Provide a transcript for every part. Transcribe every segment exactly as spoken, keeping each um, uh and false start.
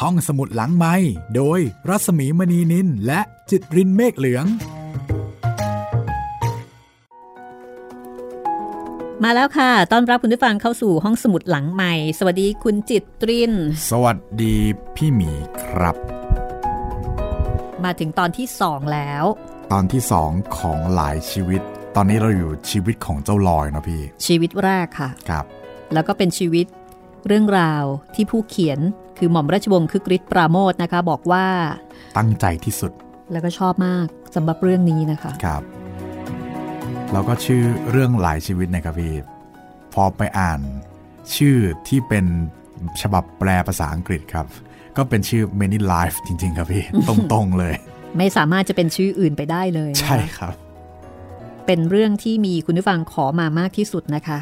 ห้องสมุดหลังไมค์โดยรัศมีมณีนินและจิตรินเมฆเหลืองมาแล้วค่ะต้อนรับคุณผู้ฟังเข้าสู่ห้องสมุดหลังใหม่สวัสดีคุณจิตรินสวัสดีพี่หมีครับมาถึงตอนที่สองแล้วตอนที่สองของหลายชีวิตตอนนี้เราอยู่ชีวิตของเจ้าลอยนะพี่ชีวิตแรกค่ะครับแล้วก็เป็นชีวิตเรื่องราวที่ผู้เขียนคือหม่อมราชวงศ์คึกฤทธิ์ปราโมทย์นะคะบอกว่าตั้งใจที่สุดแล้วก็ชอบมากสำหรับเรื่องนี้นะคะครับเราก็ชื่อเรื่องหลายชีวิตนะครับพี่พอไปอ่านชื่อที่เป็นฉบับแปลภาษาอังกฤษครับก็เป็นชื่อ Many Life จริงๆครับพี่ ตรงๆเลยไม่สามารถจะเป็นชื่ออื่นไปได้เลยใช่ครับเป็นเรื่องที่มีคุณผู้ฟังขอมามากที่สุดนะคะ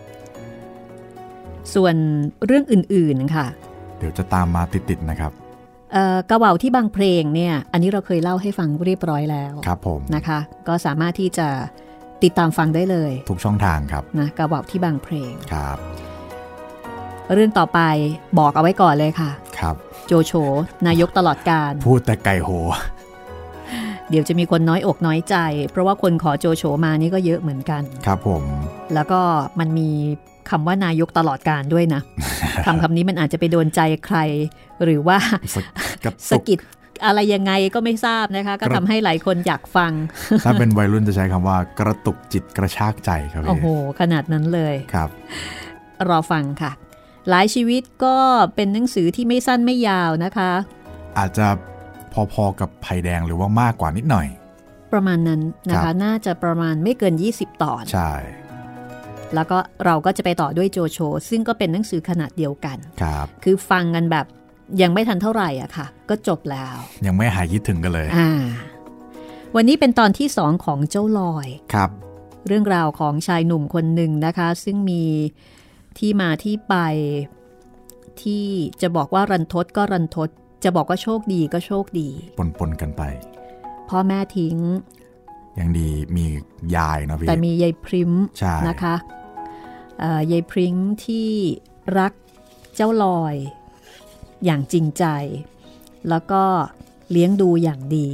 ส่วนเรื่องอื่นๆค่ะเดี๋ยวจะตามมาติดๆนะครับเอ่อกระเหว่าที่บางเพลงเนี่ยอันนี้เราเคยเล่าให้ฟังเรียบร้อยแล้วครับผมนะคะก็สามารถที่จะติดตามฟังได้เลยทุกช่องทางครับนะกระเหว่าที่บางเพลงครับเรื่องต่อไปบอกเอาไว้ก่อนเลยค่ะครับโจโฉนายกตลอดกาลพูดแต่ไก่โหเดี๋ยวจะมีคนน้อยอกน้อยใจเพราะว่าคนขอโจโฉมานี่ก็เยอะเหมือนกันครับผมแล้วก็มันมีคำว่านายกตลอดกาลด้วยนะ คำคำนี้มันอาจจะไปโดนใจใครหรือว่าสะกิดอะไรยังไงก็ไม่ทราบนะคะก็ทำให้หลายคนอยากฟังถ้าเป็นวัยรุ่นจะใช้คำว่ากระตุกจิตกระชากใจครับโอ้โหขนาดนั้นเลยครับรอฟังค่ะหลายชีวิตก็เป็นหนังสือที่ไม่สั้นไม่ยาวนะคะอาจจะพอๆกับไผ่แดงหรือว่ามากกว่านิดหน่อยประมาณนั้นนะคะน่าจะประมาณไม่เกินยี่สิบตอนใช่แล้วก็เราก็จะไปต่อด้วยโจโฉซึ่งก็เป็นหนังสือขนาดเดียวกันครับคือฟังกันแบบยังไม่ทันเท่าไหร่อ่ะค่ะก็จบแล้วยังไม่หายคิดถึงกันเลยอ่าวันนี้เป็นตอนที่สองของเจ้าลอยครับเรื่องราวของชายหนุ่มคนหนึ่งนะคะซึ่งมีที่มาที่ไปที่จะบอกว่ารันทดก็รันทดจะบอกว่าโชคดีก็โชคดีปนๆกันไปพ่อแม่ทิ้งยังดีมียายเนาะพี่แต่มียายพริ้มนะคะยายพริ้มที่รักเจ้าลอยอย่างจริงใจแล้วก็เลี้ยงดูอย่างดี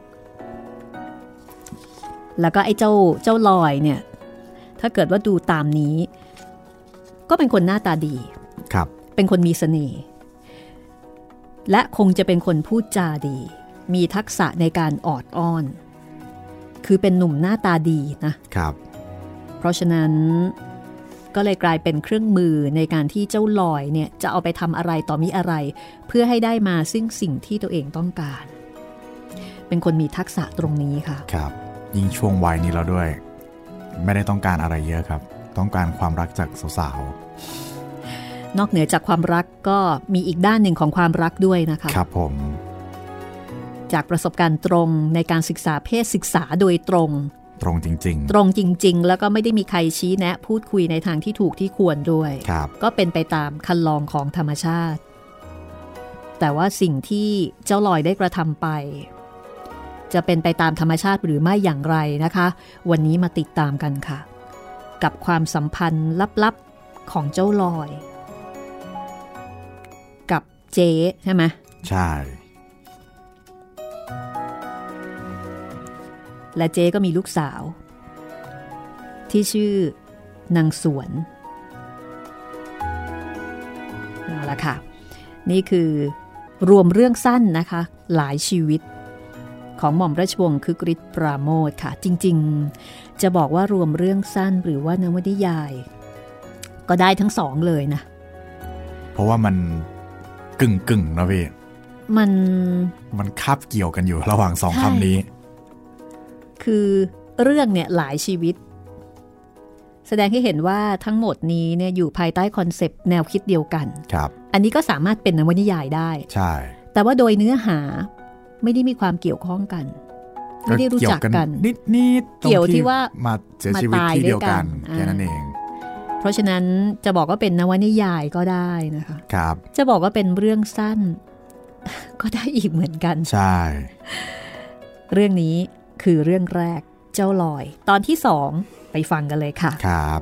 แล้วก็ไอ้เจ้าเจ้าลอยเนี่ยถ้าเกิดว่าดูตามนี้ก็เป็นคนหน้าตาดีครับเป็นคนมีเสน่ห์และคงจะเป็นคนพูดจาดีมีทักษะในการออดอ้อนคือเป็นหนุ่มหน้าตาดีนะครับเพราะฉะนั้นก็เลยกลายเป็นเครื่องมือในการที่เจ้าลอยเนี่ยจะเอาไปทำอะไรต่อมิอะไรเพื่อให้ได้มาซึ่งสิ่งที่ตัวเองต้องการเป็นคนมีทักษะตรงนี้ค่ะครับยิ่งช่วงวัยนี้แล้วด้วยไม่ได้ต้องการอะไรเยอะครับต้องการความรักจากสาวๆนอกเหนือจากความรักก็มีอีกด้านหนึ่งของความรักด้วยนะคะครับผมจากประสบการณ์ตรงในการศึกษาเพศศึกษาโดยตรงตรงจริงๆตรงจริงๆแล้วก็ไม่ได้มีใครชี้แนะพูดคุยในทางที่ถูกที่ควรด้วยก็เป็นไปตามคันลองของธรรมชาติแต่ว่าสิ่งที่เจ้าลอยได้กระทำไปจะเป็นไปตามธรรมชาติหรือไม่อย่างไรนะคะวันนี้มาติดตามกันค่ะกับความสัมพันธ์ลับๆของเจ้าลอยกับเจ๊ใช่ไหมใช่และเจ๊ก็มีลูกสาวที่ชื่อนางสวนเอาละค่ะนี่คือรวมเรื่องสั้นนะคะหลายชีวิตของหม่อมราชวงศ์คึกฤทธิ์ปราโมทย์ค่ะจริงๆจะบอกว่ารวมเรื่องสั้นหรือว่านวนิยายก็ได้ทั้งสองเลยนะเพราะว่ามันกึ่งกึ่งนะพี่มันมันคาบเกี่ยวกันอยู่ระหว่างสองคำนี้คือเรื่องเนี่ยหลายชีวิตแสดงให้เห็นว่าทั้งหมดนี้เนี่ยอยู่ภายใต้คอนเซปต์แนวคิดเดียวกันครับอันนี้ก็สามารถเป็นนวนิยายได้ใช่แต่ว่าโดยเนื้อหาไม่ได้มีความเกี่ยวข้องกันไม่ได้รู้จักกันนิดๆเกี่ยวที่ว่ามาเสียชีวิตที่เดียวกันแค่นั้นเองเพราะฉะนั้นจะบอกว่าเป็นนวนิยายก็ได้นะคะครับจะบอกว่าเป็นเรื่องสั้นก็ได้อีกเหมือนกันใช่เรื่องนี้คือเรื่องแรกเจ้าลอยตอนที่สองไปฟังกันเลยค่ะครับ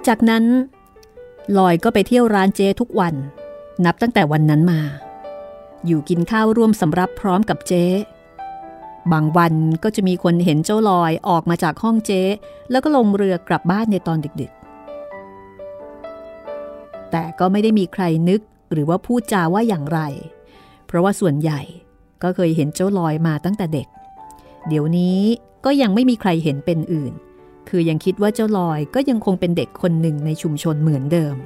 จากนั้นลอยก็ไปเที่ยวร้านเจ๊ทุกวันนับตั้งแต่วันนั้นมาอยู่กินข้าวร่วมสำรับพร้อมกับเจ๊บางวันก็จะมีคนเห็นเจ้าลอยออกมาจากห้องเจ๊แล้วก็ลงเรือกลับบ้านในตอนดึกๆแต่ก็ไม่ได้มีใครนึกหรือว่าพูดจาว่าอย่างไรเพราะว่าส่วนใหญ่ก็เคยเห็นเจ้าลอยมาตั้งแต่เด็กเดี๋ยวนี้ก็ยังไม่มีใครเห็นเป็นอื่นคือยังคิดว่าเจ้าลอยก็ยังคงเป็นเด็กคนหนึ่งในชุมชนเหมือนเดิม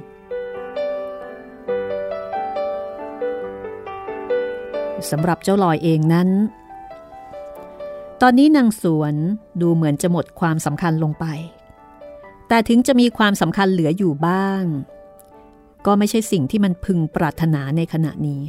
สำหรับเจ้าลอยเองนั้นตอนนี้นางสวนดูเหมือนจะหมดความสำคัญลงไปแต่ถึงจะมีความสำคัญเหลืออยู่บ้างก็ไม่ใช่สิ่งที่มันพึงปรารถนาในขณะนี้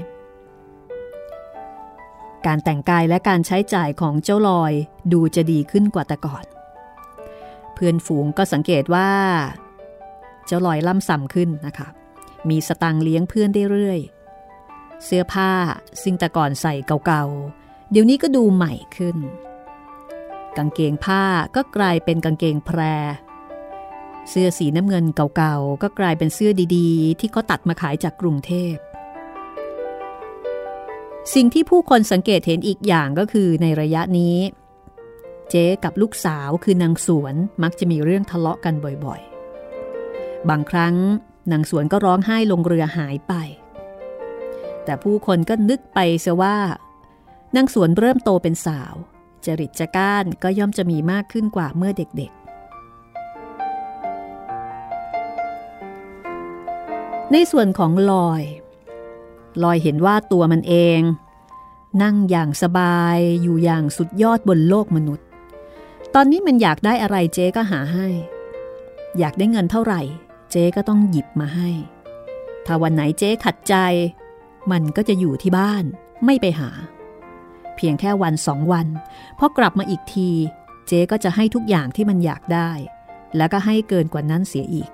การแต่งกายและการใช้จ่ายของเจ้าลอยดูจะดีขึ้นกว่าแต่ก่อนเพื่อนฝูงก็สังเกตว่าเจ้าลอยล่ำส่ำขึ้นนะคะมีสตางค์เลี้ยงเพื่อนได้เรื่อยเสื้อผ้าซึ่งแต่ก่อนใส่เก่าๆเดี๋ยวนี้ก็ดูใหม่ขึ้นกางเกงผ้าก็กลายเป็นกางเกงแพรเสื้อสีน้ำเงินเก่าๆก็กลายเป็นเสื้อดีๆที่เขาตัดมาขายจากกรุงเทพสิ่งที่ผู้คนสังเกตเห็นอีกอย่างก็คือในระยะนี้เจ๊กับลูกสาวคือนางสวนมักจะมีเรื่องทะเลาะกันบ่อยๆบางครั้งนางสวนก็ร้องไห้ลงเรือหายไปแต่ผู้คนก็นึกไปเสียว่านางสวนเริ่มโตเป็นสาวจริตจักร้านก็ย่อมจะมีมากขึ้นกว่าเมื่อเด็กๆในส่วนของลอยลอยเห็นว่าตัวมันเองนั่งอย่างสบายอยู่อย่างสุดยอดบนโลกมนุษย์ตอนนี้มันอยากได้อะไรเจ๊ก็หาให้อยากได้เงินเท่าไหร่เจ๊ก็ต้องหยิบมาให้ถ้าวันไหนเจ๊ขัดใจมันก็จะอยู่ที่บ้านไม่ไปหาเพียงแค่วันสองวันพอกลับมาอีกทีเจ๊ก็จะให้ทุกอย่างที่มันอยากได้แล้วก็ให้เกินกว่านั้นเสียอีก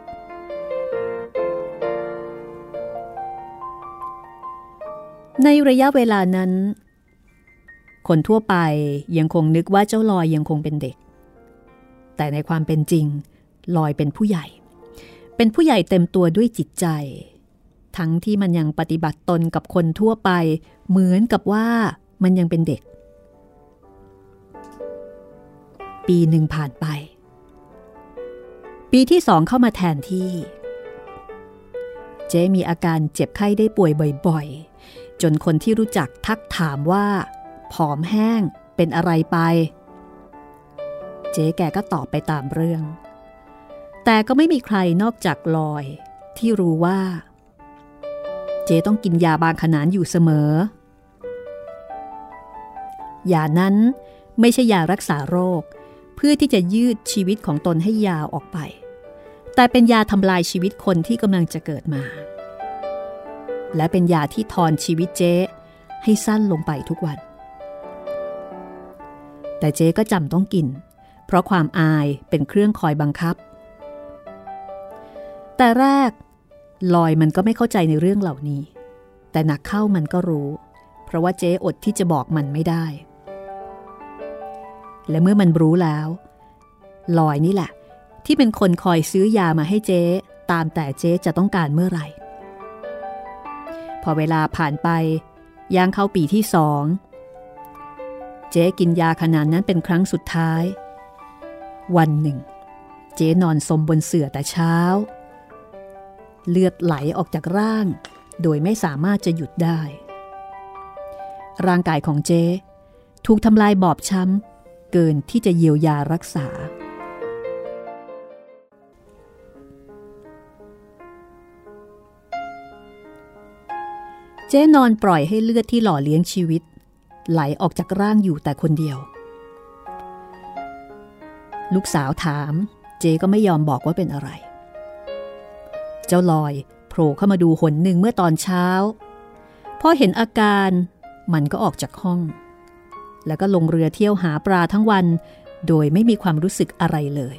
ในระยะเวลานั้นคนทั่วไปยังคงนึกว่าเจ้าลอยยังคงเป็นเด็กแต่ในความเป็นจริงลอยเป็นผู้ใหญ่เป็นผู้ใหญ่เต็มตัวด้วยจิตใจทั้งที่มันยังปฏิบัติตนกับคนทั่วไปเหมือนกับว่ามันยังเป็นเด็กปีหนึ่งผ่านไปปีที่สองเข้ามาแทนที่เจ๊มีอาการเจ็บไข้ได้ป่วยบ่อยๆจนคนที่รู้จักทักถามว่าผอมแห้งเป็นอะไรไปเจ๊แกก็ตอบไปตามเรื่องแต่ก็ไม่มีใครนอกจากลอยที่รู้ว่าเจ๊ต้องกินยาบางขนานอยู่เสมอยานั้นไม่ใช่ยารักษาโรคเพื่อที่จะยืดชีวิตของตนให้ยาวออกไปแต่เป็นยาทำลายชีวิตคนที่กำลังจะเกิดมาและเป็นยาที่ทอนชีวิตเจ๊ให้สั้นลงไปทุกวันแต่เจ๊ก็จำต้องกินเพราะความอายเป็นเครื่องคอยบังคับแต่แรกลอยมันก็ไม่เข้าใจในเรื่องเหล่านี้แต่หนักเข้ามันก็รู้เพราะว่าเจ๊อดที่จะบอกมันไม่ได้และเมื่อมันรู้แล้วลอยนี่แหละที่เป็นคนคอยซื้อยามาให้เจ๊ตามแต่เจ๊จะต้องการเมื่อไหร่พอเวลาผ่านไปย่างเข้าปีที่สองเจ๊กินยาขนาดนั้นเป็นครั้งสุดท้ายวันหนึ่งเจ๊นอนสมบนเสื่อแต่เช้าเลือดไหลออกจากร่างโดยไม่สามารถจะหยุดได้ร่างกายของเจ๊ถูกทำลายบอบช้ำเกินที่จะเยียวยารักษาเจ๊นอนปล่อยให้เลือดที่หล่อเลี้ยงชีวิตไหลออกจากร่างอยู่แต่คนเดียวลูกสาวถามเจ๊ก็ไม่ยอมบอกว่าเป็นอะไรเจ้าลอยโผล่เข้ามาดูหนหนึ่งเมื่อตอนเช้าพอเห็นอาการมันก็ออกจากห้องแล้วก็ลงเรือเที่ยวหาปลาทั้งวันโดยไม่มีความรู้สึกอะไรเลย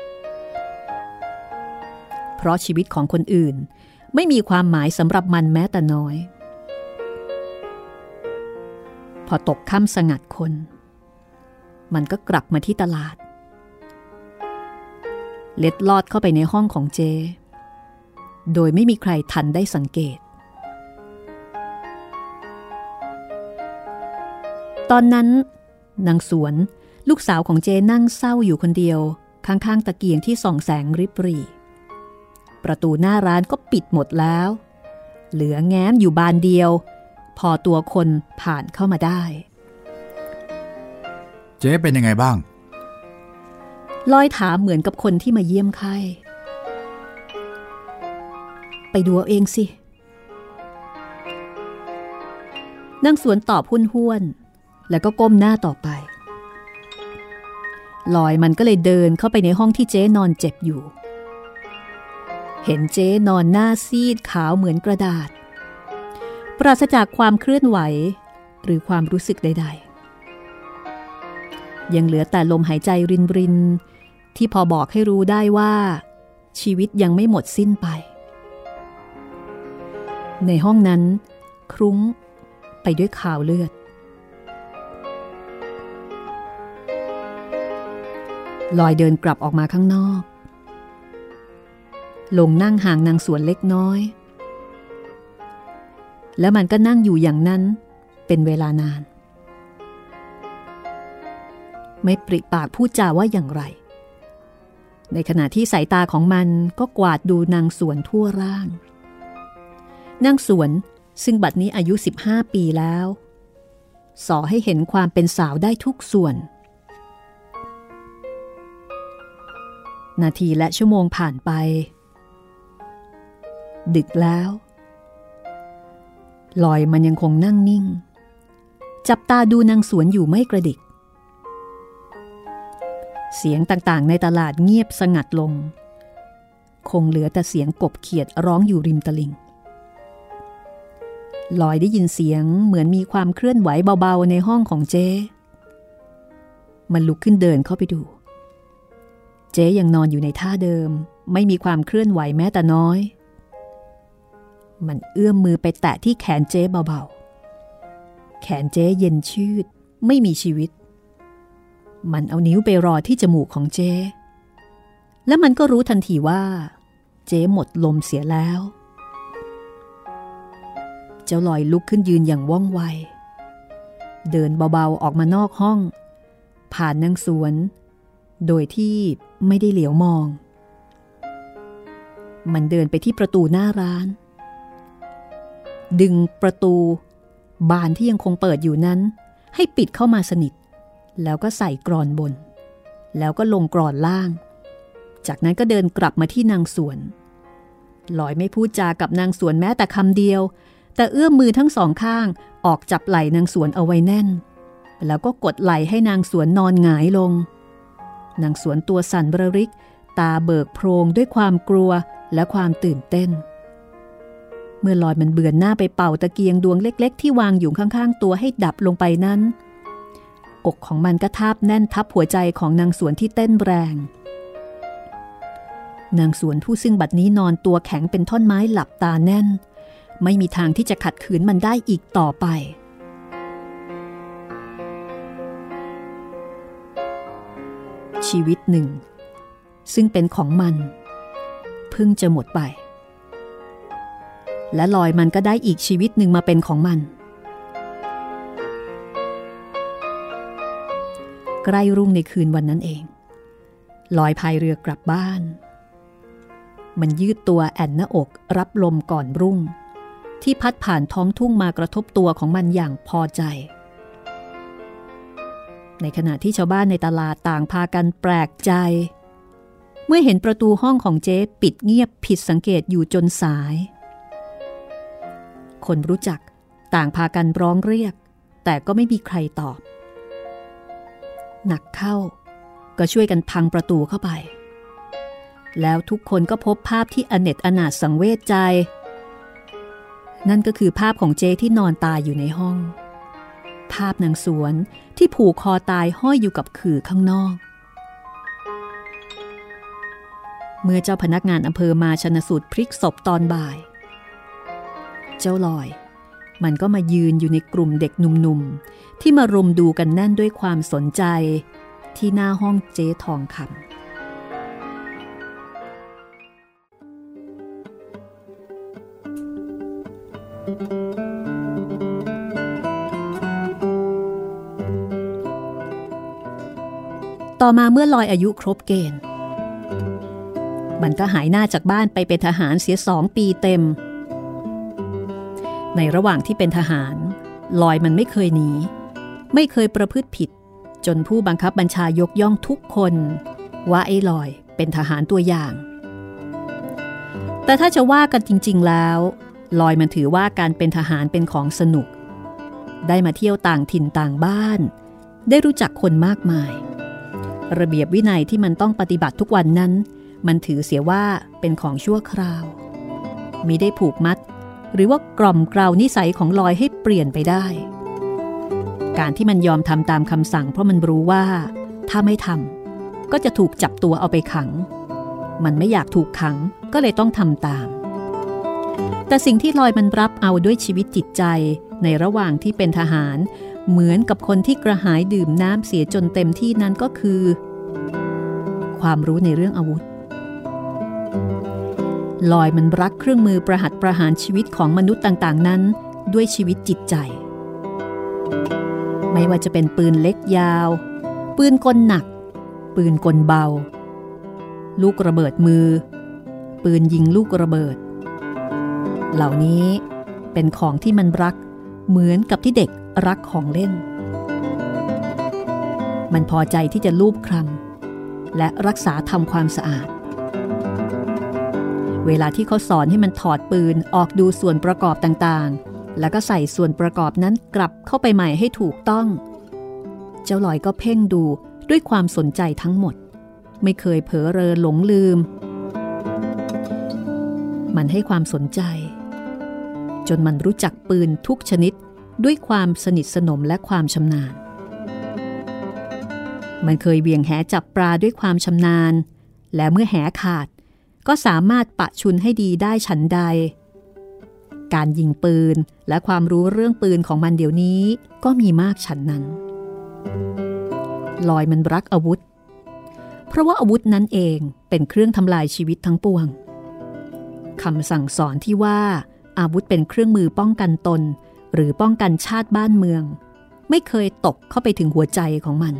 เพราะชีวิตของคนอื่นไม่มีความหมายสำหรับมันแม้แต่น้อยพอตกค่ำสงัดคนมันก็กลับมาที่ตลาดเล็ดลอดเข้าไปในห้องของเจ๊โดยไม่มีใครทันได้สังเกตตอนนั้นนางสวนลูกสาวของเจ๊นั่งเศร้าอยู่คนเดียวข้างๆตะเกียงที่ส่องแสงริบหรี่ประตูหน้าร้านก็ปิดหมดแล้วเหลือแง้มอยู่บานเดียวพอตัวคนผ่านเข้ามาได้เจ๊เป็นยังไงบ้างลอยถามเหมือนกับคนที่มาเยี่ยมไข้ไปดูเอาเองสินางสวนตอบห้วนๆแล้วก็ก้มหน้าต่อไปลอยมันก็เลยเดินเข้าไปในห้องที่เจ๊นอนเจ็บอยู่เห็นเจ๊นอนหน้าซีดขาวเหมือนกระดาษปราศจากความเคลื่อนไหวหรือความรู้สึกใดๆยังเหลือแต่ลมหายใจรินๆที่พอบอกให้รู้ได้ว่าชีวิตยังไม่หมดสิ้นไปในห้องนั้นคลุ้งไปด้วยข่าวเลือดลอยเดินกลับออกมาข้างนอกลงนั่งห่างนางสวนเล็กน้อยแล้วมันก็นั่งอยู่อย่างนั้นเป็นเวลานานไม่ปริปากพูดจาว่าอย่างไรในขณะที่สายตาของมันก็กวาดดูนางสวนทั่วร่างนางสวนซึ่งบัดนี้อายุสิบห้าปีแล้วส่อให้เห็นความเป็นสาวได้ทุกส่วนนาทีและชั่วโมงผ่านไปดึกแล้วลอยมันยังคงนั่งนิ่งจับตาดูนางสวนอยู่ไม่กระดิกเสียงต่างๆในตลาดเงียบสงัดลงคงเหลือแต่เสียงกบเขียดร้องอยู่ริมตลิ่งลอยได้ยินเสียงเหมือนมีความเคลื่อนไหวเบาๆในห้องของเจ๊มันลุกขึ้นเดินเข้าไปดูเจ๊ยังนอนอยู่ในท่าเดิมไม่มีความเคลื่อนไหวแม้แต่น้อยมันเอื้อมมือไปแตะที่แขนเจ๊เบาๆแขนเจ๊เย็นชืดไม่มีชีวิตมันเอานิ้วไปรอที่จมูกของเจ๊และมันก็รู้ทันทีว่าเจ๊หมดลมเสียแล้วเจ้าลอยลุกขึ้นยืนอย่างว่องไวเดินเบาๆออกมานอกห้องผ่านนางสวนโดยที่ไม่ได้เหลียวมองมันเดินไปที่ประตูหน้าร้านดึงประตูบานที่ยังคงเปิดอยู่นั้นให้ปิดเข้ามาสนิทแล้วก็ใส่กรอนบนแล้วก็ลงกรอนล่างจากนั้นก็เดินกลับมาที่นางสวนลอยไม่พูดจากับนางสวนแม้แต่คำเดียวแต่เอื้อมมือทั้งสองข้างออกจับไหล่นางสวนเอาไว้แน่นแล้วก็กดไหล่ให้นางสวนนอนหงายลงนางสวนตัวสั่นระริกตาเบิกโพรงด้วยความกลัวและความตื่นเต้นเมื่อลอยมันเบือนหน้าไปเป่าตะเกียงดวงเล็กๆที่วางอยู่ข้างๆตัวให้ดับลงไปนั้นอกของมันก็ทาบแน่นทับหัวใจของนางสวนที่เต้นแรงนางสวนผู้ซึ่งบัดนี้นอนตัวแข็งเป็นท่อนไม้หลับตาแน่นไม่มีทางที่จะขัดขืนมันได้อีกต่อไปชีวิตหนึ่งซึ่งเป็นของมันเพิ่งจะหมดไปและลอยมันก็ได้อีกชีวิตหนึ่งมาเป็นของมันใกล้รุ่งในคืนวันนั้นเองลอยพายเรือกลับบ้านมันยืดตัวแอนหน้าอกรับลมก่อนรุ่งที่พัดผ่านท้องทุ่งมากระทบตัวของมันอย่างพอใจในขณะที่ชาวบ้านในตลาดต่างพากันแปลกใจเมื่อเห็นประตูห้องของเจ๊ปิดเงียบผิดสังเกตอยู่จนสายคนรู้จักต่างพากันร้องเรียกแต่ก็ไม่มีใครตอบหนักเข้าก็ช่วยกันพังประตูเข้าไปแล้วทุกคนก็พบภาพที่อเนจอนาถสังเวชใจนั่นก็คือภาพของเจ๊ที่นอนตายอยู่ในห้องภาพนางสวนที่ผูกคอตายห้อยอยู่กับขื่อข้างนอกเมื่อเจ้าพนักงานอำเภอมาชันสูตรพลิกศพตอนบ่ายเจ้าลอยมันก็มายืนอยู่ในกลุ่มเด็กหนุ่มๆที่มารุมดูกันแน่นด้วยความสนใจที่หน้าห้องเจ๊ทองคต่อมาเมื่อลอยอายุครบเกณฑ์มันก็หายหน้าจากบ้านไปเป็นทหารเสียสองปีเต็มในระหว่างที่เป็นทหารลอยมันไม่เคยหนีไม่เคยประพฤติผิดจนผู้บังคับบัญชายกย่องทุกคนว่าไอ้ลอยเป็นทหารตัวอย่างแต่ถ้าจะว่ากันจริงๆแล้วลอยมันถือว่าการเป็นทหารเป็นของสนุกได้มาเที่ยวต่างถิ่นต่างบ้านได้รู้จักคนมากมายระเบียบวินัยที่มันต้องปฏิบัติทุกวันนั้นมันถือเสียว่าเป็นของชั่วคราวมิได้ผูกมัดหรือว่ากล่อมเกลานิสัยของลอยให้เปลี่ยนไปได้การที่มันยอมทำตามคำสั่งเพราะมันรู้ว่าถ้าไม่ทำก็จะถูกจับตัวเอาไปขังมันไม่อยากถูกขังก็เลยต้องทำตามแต่สิ่งที่ลอยมันรับเอาด้วยชีวิตจิตใจในระหว่างที่เป็นทหารเหมือนกับคนที่กระหายดื่มน้ำเสียจนเต็มที่นั้นก็คือความรู้ในเรื่องอาวุธลอยมันรักเครื่องมือประหัตประหารชีวิตของมนุษย์ต่างๆนั้นด้วยชีวิตจิตใจไม่ว่าจะเป็นปืนเล็กยาวปืนกลหนักปืนกลเบาลูกระเบิดมือปืนยิงลูกระเบิดเหล่านี้เป็นของที่มันรักเหมือนกับที่เด็กรักของเล่นมันพอใจที่จะลูบคลำและรักษาทำความสะอาดเวลาที่เขาสอนให้มันถอดปืนออกดูส่วนประกอบต่างๆแล้วก็ใส่ส่วนประกอบนั้นกลับเข้าไปใหม่ให้ถูกต้องเจ้าลอยก็เพ่งดูด้วยความสนใจทั้งหมดไม่เคยเผลอเรอหลงลืมมันให้ความสนใจจนมันรู้จักปืนทุกชนิดด้วยความสนิทสนมและความชำนาญมันเคยเบี่ยงแหจับปลาด้วยความชำนาญและเมื่อแหขาดก็สามารถปะชุนให้ดีได้ฉันใดการยิงปืนและความรู้เรื่องปืนของมันเดี๋ยวนี้ก็มีมากฉันนั้นลอยมันรักอาวุธเพราะว่าอาวุธนั้นเองเป็นเครื่องทำลายชีวิตทั้งปวงคำสั่งสอนที่ว่าอาวุธเป็นเครื่องมือป้องกันตนหรือป้องกันชาติบ้านเมืองไม่เคยตกเข้าไปถึงหัวใจของมัน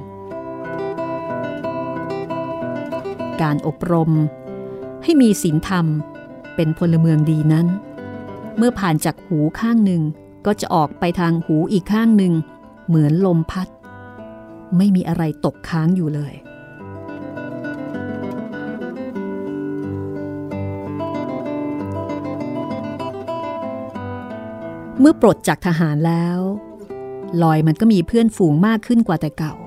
การอบรมให้มีศีลธรรมเป็นพลเมืองดีนั้นเมื่อผ่านจากหูข้างหนึ่งก็จะออกไปทางหูอีกข้างหนึ่งเหมือนลมพัดไม่มีอะไรตกค้างอยู่เลยเมื่อปลดจากทหารแล้วลอยมันก็มีเพื่อนฝูงมากขึ้นกว่าแต่เก่า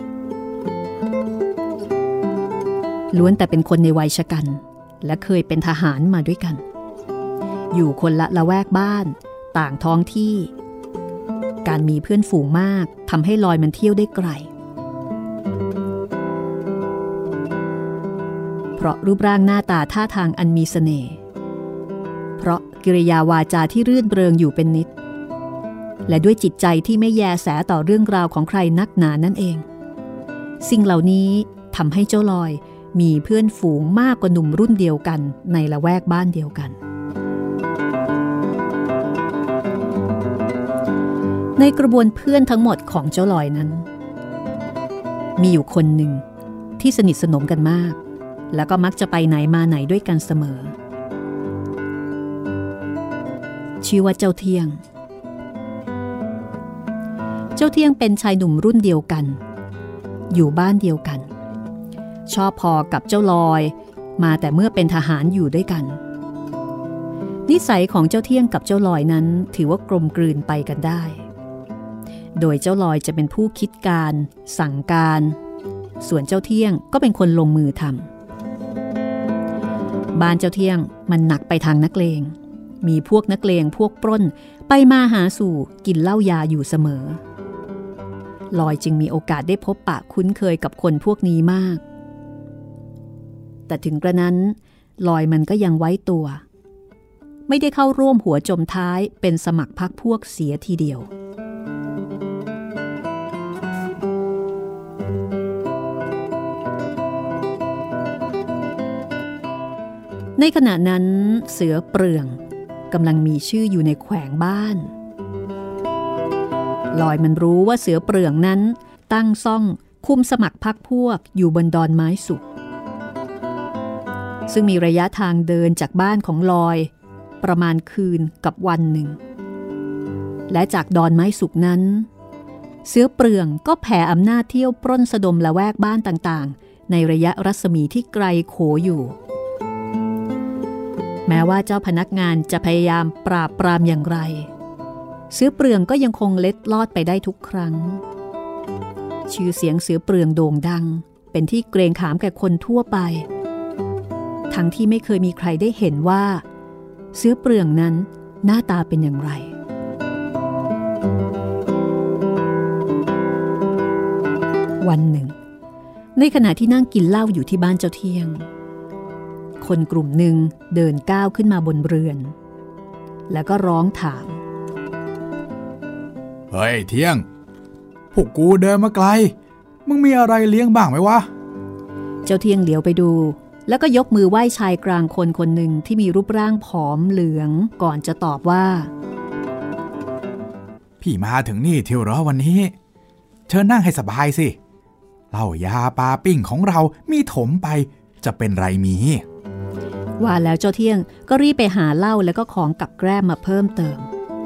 ล้วนแต่เป็นคนในวัยชกันและเคยเป็นทหารมาด้วยกันอยู่คนละละแวกบ้านต่างท้องที่การมีเพื่อนฝูงมากทำให้ลอยมันเที่ยวได้ไกลเพราะรูปร่างหน้าตาท่าทางอันมีเสน่ห์เพราะกิริยาวาจาที่รื่นเริงอยู่เป็นนิดและด้วยจิตใจที่ไม่แยแสต่อเรื่องราวของใครนักหนานั่นเองสิ่งเหล่านี้ทำให้เจ้าลอยมีเพื่อนฝูงมากกว่าหนุ่มรุ่นเดียวกันในละแวกบ้านเดียวกันในกระบวนเพื่อนทั้งหมดของเจ้าลอยนั้นมีอยู่คนหนึ่งที่สนิทสนมกันมากแล้วก็มักจะไปไหนมาไหนด้วยกันเสมอชื่อว่าเจ้าเที่ยงเจ้าเที่ยงเป็นชายหนุ่มรุ่นเดียวกันอยู่บ้านเดียวกันชอบพอกับเจ้าลอยมาแต่เมื่อเป็นทหารอยู่ด้วยกันนิสัยของเจ้าเที่ยงกับเจ้าลอยนั้นถือว่ากลมกลืนไปกันได้โดยเจ้าลอยจะเป็นผู้คิดการสั่งการส่วนเจ้าเที่ยงก็เป็นคนลงมือทำบ้านเจ้าเที่ยงมันหนักไปทางนักเลงมีพวกนักเลงพวกปล้นไปมาหาสู่กินเหล้ายาอยู่เสมอลอยจึงมีโอกาสได้พบปะคุ้นเคยกับคนพวกนี้มากแต่ถึงกระนั้นลอยมันก็ยังไว้ตัวไม่ได้เข้าร่วมหัวจมท้ายเป็นสมัครพรรคพวกเสียทีเดียวในขณะนั้นเสือเปลืองกำลังมีชื่ออยู่ในแขวงบ้านลอยมันรู้ว่าเสือเปลืองนั้นตั้งซ่องคุมสมัครพรรคพวกอยู่บนดอนไม้สุกซึ่งมีระยะทางเดินจากบ้านของลอยประมาณคืนกับวันหนึ่งและจากดอนไม้สุกนั้นเสือเปลืองก็แผ่อำนาจเที่ยวปล้นสะดมละแวกบ้านต่างๆในระยะรัศมีที่ไกลโขอยู่แม้ว่าเจ้าพนักงานจะพยายามปราบปรามอย่างไรเสือเปลืองก็ยังคงเล็ดลอดไปได้ทุกครั้งชื่อเสียงเสือเปลืองโด่งดังเป็นที่เกรงขามแก่คนทั่วไปทั้งที่ไม่เคยมีใครได้เห็นว่าเสือเปลืองนั้นหน้าตาเป็นอย่างไรวันหนึ่งในขณะที่นั่งกินเหล้าอยู่ที่บ้านเจ้าเที่ยงคนกลุ่มหนึ่งเดินก้าวขึ้นมาบนเรือนแล้วก็ร้องถามเฮ้ยเที่ยงพวกกูเดินมาไกลมึงมีอะไรเลี้ยงบ้างไหมวะเจ้าเที่ยงเหลียวไปดูแล้วก็ยกมือไหว้ชายกลางคนคนหนึ่งที่มีรูปร่างผอมเหลืองก่อนจะตอบว่าพี่มาถึงนี่เที่ยวเหรอวันนี้เชิญนั่งให้สบายสิเหล้ายาปลาปิ้งของเรามีถมไปจะเป็นไรมีว่าแล้วเจ้าเที่ยงก็รีบไปหาเหล้าแล้วก็ของกับแกล้มมาเพิ่มเติม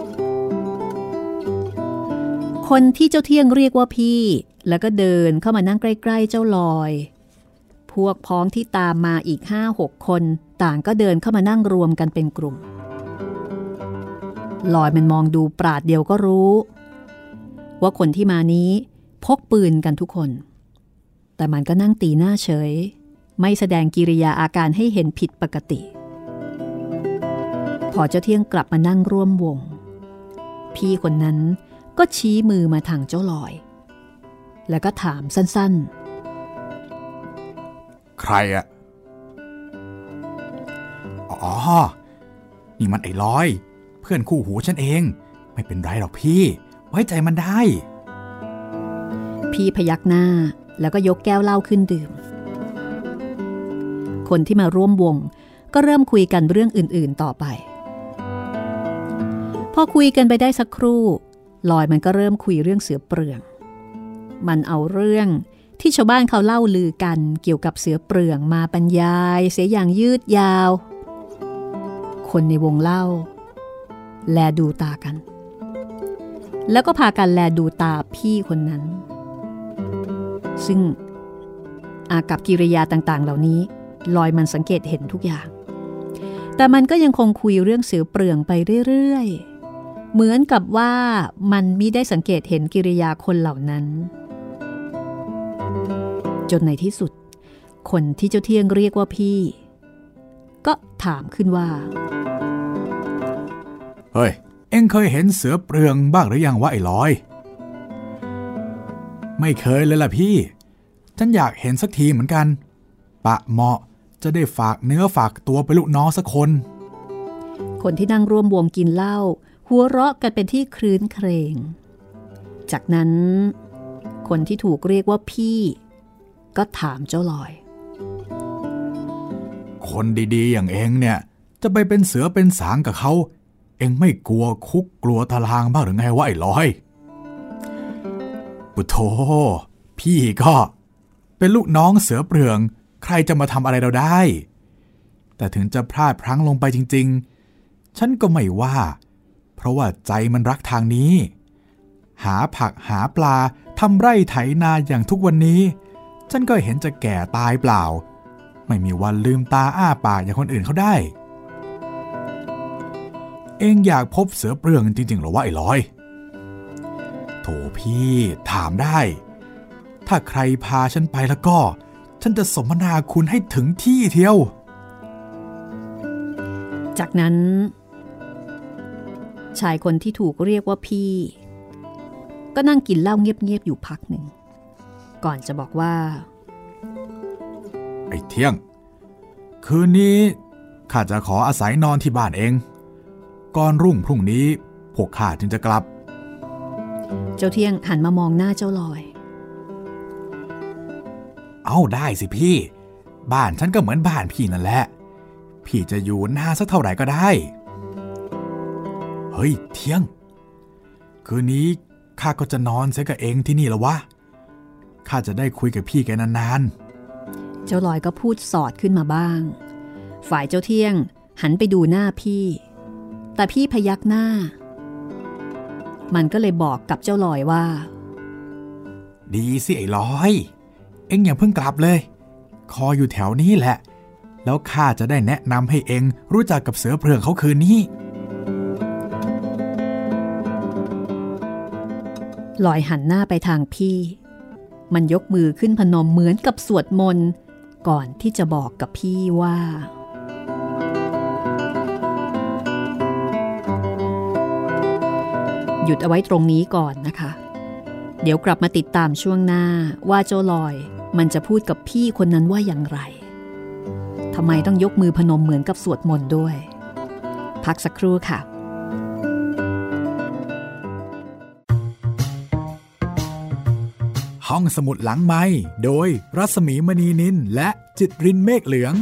คนที่เจ้าเที่ยงเรียกว่าพี่แล้วก็เดินเข้ามานั่งใกล้ๆเจ้าลอยพวกพ้องที่ตามมาอีก ห้าหก คนต่างก็เดินเข้ามานั่งรวมกันเป็นกลุ่มลอยมันมองดูปราดเดียวก็รู้ว่าคนที่มานี้พกปืนกันทุกคนแต่มันก็นั่งตีหน้าเฉยไม่แสดงกิริยาอาการให้เห็นผิดปกติพอเจ้าเที่ยงกลับมานั่งร่วมวงพี่คนนั้นก็ชี้มือมาทางเจ้าลอยแล้วก็ถามสั้นๆใครอะอ๋อนี่มันไอ้ลอยเพื่อนคู่หูฉันเองไม่เป็นไรหรอกพี่ไว้ใจมันได้พี่พยักหน้าแล้วก็ยกแก้วเหล้าขึ้นดื่มคนที่มาร่วมวงก็เริ่มคุยกันเรื่องอื่นๆต่อไปพอคุยกันไปได้สักครู่ลอยมันก็เริ่มคุยเรื่องเสือเปลืองมันเอาเรื่องที่ชาวบ้านเขาเล่าลือกันเกี่ยวกับเสือเปลืองมาบรรยายเสียอย่างยืดยาวคนในวงเล่าแลดูตากันแล้วก็พากันแลดูตาพี่คนนั้นซึ่งอากับกิริยาต่างๆเหล่านี้ลอยมันสังเกตเห็นทุกอย่างแต่มันก็ยังคงคุยเรื่องเสือเปลืองไปเรื่อยๆเหมือนกับว่ามันมิได้สังเกตเห็นกิริยาคนเหล่านั้นจนในที่สุดคนที่เจ้าเที่ยงเรียกว่าพี่ก็ถามขึ้นว่าเฮ้ยเอ็งเคยเห็นเสือเปลืองบ้างหรือยังวะไอ้ลอยไม่เคยเลยล่ะพี่ฉันอยากเห็นสักทีเหมือนกันปะเหมาะจะได้ฝากเนื้อฝากตัวไปลูกน้องสักคนคนที่นั่งร่วมวงกินเหล้าหัวเราะกันเป็นที่ครื้นเครงจากนั้นคนที่ถูกเรียกว่าพี่ก็ถามเจ้าลอยคนดีๆอย่างเอ็งเนี่ยจะไปเป็นเสือเป็นสางกับเขาเอ็งไม่กลัวคุกกลัวตารางบ้างหรือไงวะไอ้ลอยปุโธพี่ก็เป็นลูกน้องเสือเปลืองใครจะมาทำอะไรเราได้แต่ถึงจะพลาดพลั้งลงไปจริงๆฉันก็ไม่ว่าเพราะว่าใจมันรักทางนี้หาผักหาปลาทำไร่ไถนาอย่างทุกวันนี้ฉันก็เห็นจะแก่ตายเปล่าไม่มีวันลืมตาอ้าปากอย่างคนอื่นเขาได้เอ็งอยากพบเสือเปลืองจริงๆหรอวะไอ้ลอยโถพี่ถามได้ถ้าใครพาฉันไปแล้วก็ฉันจะสมนาคุณให้ถึงที่เที่ยวจากนั้นชายคนที่ถูกเรียกว่าพี่ก็นั่งกินเหล้าเงียบๆอยู่พักหนึ่งก่อนจะบอกว่าไอ้เที่ยงคืนนี้ข้าจะขออาศัยนอนที่บ้านเองก่อนรุ่งพรุ่งนี้พวกข้าจึงจะกลับเจ้าเที่ยงหันมามองหน้าเจ้าลอยเอาได้สิพี่บ้านฉันก็เหมือนบ้านพี่นั่นแหละพี่จะอยู่นานสักเท่าไหร่ก็ได้เฮ้ยเที่ยงคืนนี้ข้าก็จะนอนเสียกับเองที่นี่แล้ววะข้าจะได้คุยกับพี่แกนานๆเจ้าลอยก็พูดสอดขึ้นมาบ้างฝ่ายเจ้าเที่ยงหันไปดูหน้าพี่แต่พี่พยักหน้ามันก็เลยบอกกับเจ้าลอยว่าดีสิไอ้ลอยเอ็งอย่าเพิ่งกลับเลยคออยู่แถวนี้แหละแล้วข้าจะได้แนะนำให้เอ็งรู้จักกับเสือเปลืองเขาคืนนี้ลอยหันหน้าไปทางพี่มันยกมือขึ้นพนมเหมือนกับสวดมนต์ก่อนที่จะบอกกับพี่ว่าหยุดเอาไว้ตรงนี้ก่อนนะคะเดี๋ยวกลับมาติดตามช่วงหน้าว่าเจ้าลอยมันจะพูดกับพี่คนนั้นว่าอย่างไรทำไมต้องยกมือพนมเหมือนกับสวดมนต์ด้วยพักสักครู่ค่ะห้องสมุดหลังไมค์โดยรัศมีมณีนินและจิตรินเมฆเหลือง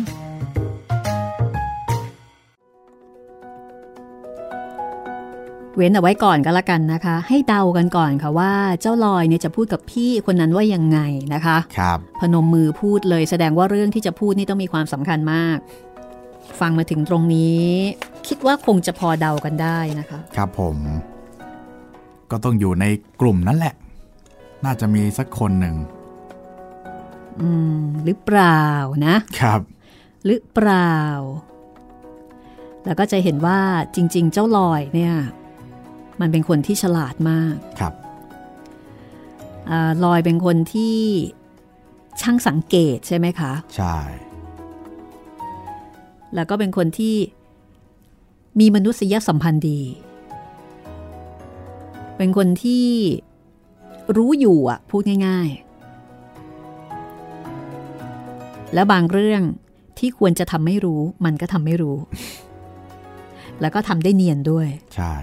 เว้นเอาไว้ก่อนก็แล้วกันนะคะให้เดากันก่อนค่ะว่าเจ้าลอยเนี่ยจะพูดกับพี่คนนั้นว่ายังไงนะคะครับพนมมือพูดเลยแสดงว่าเรื่องที่จะพูดนี่ต้องมีความสำคัญมากฟังมาถึงตรงนี้คิดว่าคงจะพอเดากันได้นะคะครับผมก็ต้องอยู่ในกลุ่มนั้นแหละน่าจะมีสักคนหนึ่งอืมหรือเปล่านะครับหรือเปล่าแล้วก็จะเห็นว่าจริงๆเจ้าลอยเนี่ยมันเป็นคนที่ฉลาดมากครับอ่าลอยเป็นคนที่ช่างสังเกตใช่ไหมคะใช่แล้วก็เป็นคนที่มีมนุษยสัมพันธ์ดีเป็นคนที่รู้อยู่อ่ะพูดง่ายๆและบางเรื่องที่ควรจะทำไม่รู้มันก็ทำไม่รู้ แล้วก็ทำได้เนียนด้วยใช่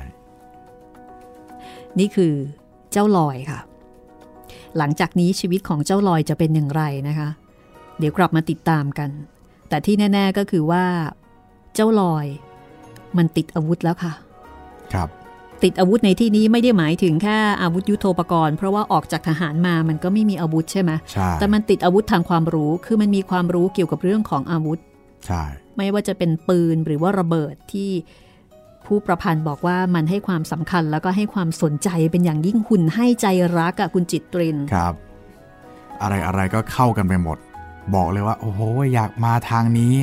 นี่คือเจ้าลอยค่ะหลังจากนี้ชีวิตของเจ้าลอยจะเป็นอย่างไรนะคะเดี๋ยวกลับมาติดตามกันแต่ที่แน่ๆก็คือว่าเจ้าลอยมันติดอาวุธแล้วค่ะครับติดอาวุธในที่นี้ไม่ได้หมายถึงแค่อาวุธยุทโธปกรณ์เพราะว่าออกจากทหารมามันก็ไม่มีอาวุธใช่ไหมใช่แต่มันติดอาวุธทางความรู้คือมันมีความรู้เกี่ยวกับเรื่องของอาวุธใช่ไม่ว่าจะเป็นปืนหรือว่าระเบิดที่ผู้ประพันธ์บอกว่ามันให้ความสำคัญแล้วก็ให้ความสนใจเป็นอย่างยิ่งหุ่นให้ใจรักอะคุณจิตรินครับอะไรอะไรก็เข้ากันไปหมดบอกเลยว่าโอ้โหอยากมาทางนี้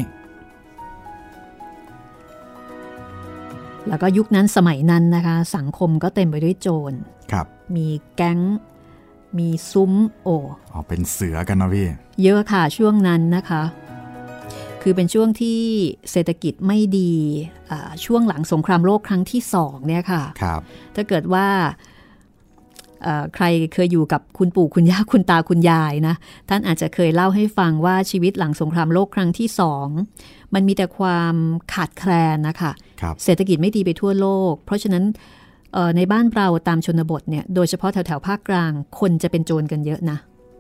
แล้วก็ยุคนั้นสมัยนั้นนะคะสังคมก็เต็มไปด้วยโจรครับมีแก๊งมีซุ้มโออ๋อเป็นเสือกันนะพี่เยอะค่ะช่วงนั้นนะคะคือเป็นช่วงที่เศรษฐกิจไม่ดีช่วงหลังสงครามโลกครั้งที่สองเนี่ยค่ะครับถ้าเกิดว่าใครเคยอยู่กับคุณปู่คุณย่าคุณตาคุณยายนะท่านอาจจะเคยเล่าให้ฟังว่าชีวิตหลังสงครามโลกครั้งที่สองมันมีแต่ความขาดแคลนนะคะเศรษฐกิจไม่ดีไปทั่วโลกเพราะฉะนั้นในบ้านเราตามชนบทเนี่ยโดยเฉพาะแถวแถวภาคกลางคนจะเป็นโจรกันเยอะนะ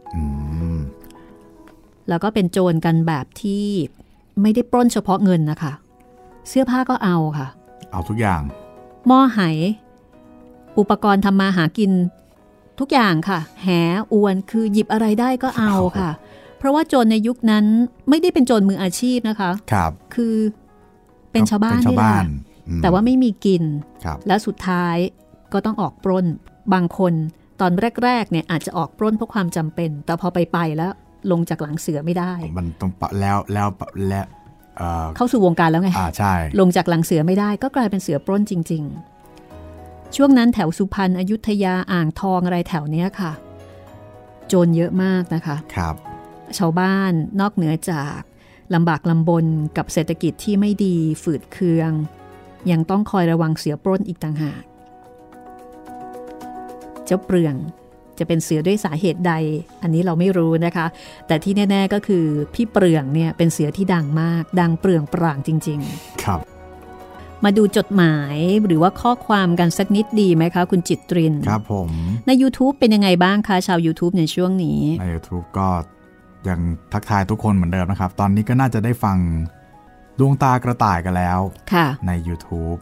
แล้วก็เป็นโจรกันแบบที่ไม่ได้ปล้นเฉพาะเงินนะคะเสื้อผ้าก็เอาค่ะเอาทุกอย่างหม้อไหอุปกรณ์ทำมาหากินทุกอย่างค่ะแหอวนคือหยิบอะไรได้ก็เอาค่ะเพราะว่าโจรในยุคนั้นไม่ได้เป็นโจรมืออาชีพนะคะครับคือเป็นชาวบ้านนี่แหละแต่ว่าไม่มีกินและสุดท้ายก็ต้องออกปล้นบางคนตอนแรกๆเนี่ยอาจจะออกปล้นเพราะความจำเป็นแต่พอไปไปแล้วลงจากหลังเสือไม่ได้มันต้องปะแล้วแล้วแล้วเข้าสู่วงการแล้วไงอ่าใช่ลงจากหลังเสือไม่ได้ก็กลายเป็นเสือปล้นจริงๆช่วงนั้นแถวสุพรรณอยุธยาอ่างทองอะไรแถวเนี้ยค่ะโจรเยอะมากนะคะครับชาวบ้านนอกเหนือจากลำบากลำบนกับเศรษฐกิจที่ไม่ดีฝืดเคืองยังต้องคอยระวังเสือปล้นอีกต่างหากเจ้าเปลืองจะเป็นเสือด้วยสาเหตุใดอันนี้เราไม่รู้นะคะแต่ที่แน่ๆก็คือพี่เปลืองเนี่ยเป็นเสือที่ดังมากดังเปลืองปร่างจริงๆครับมาดูจดหมายหรือว่าข้อความกันสักนิดดีไหมคะคุณจิตรินครับผมใน YouTube เป็นยังไงบ้างคะชาว YouTube ในช่วงนี้ใน YouTube ก็ยังทักทายทุกคนเหมือนเดิมนะครับตอนนี้ก็น่าจะได้ฟังดวงตากระต่ายกันแล้วค่ะใน YouTube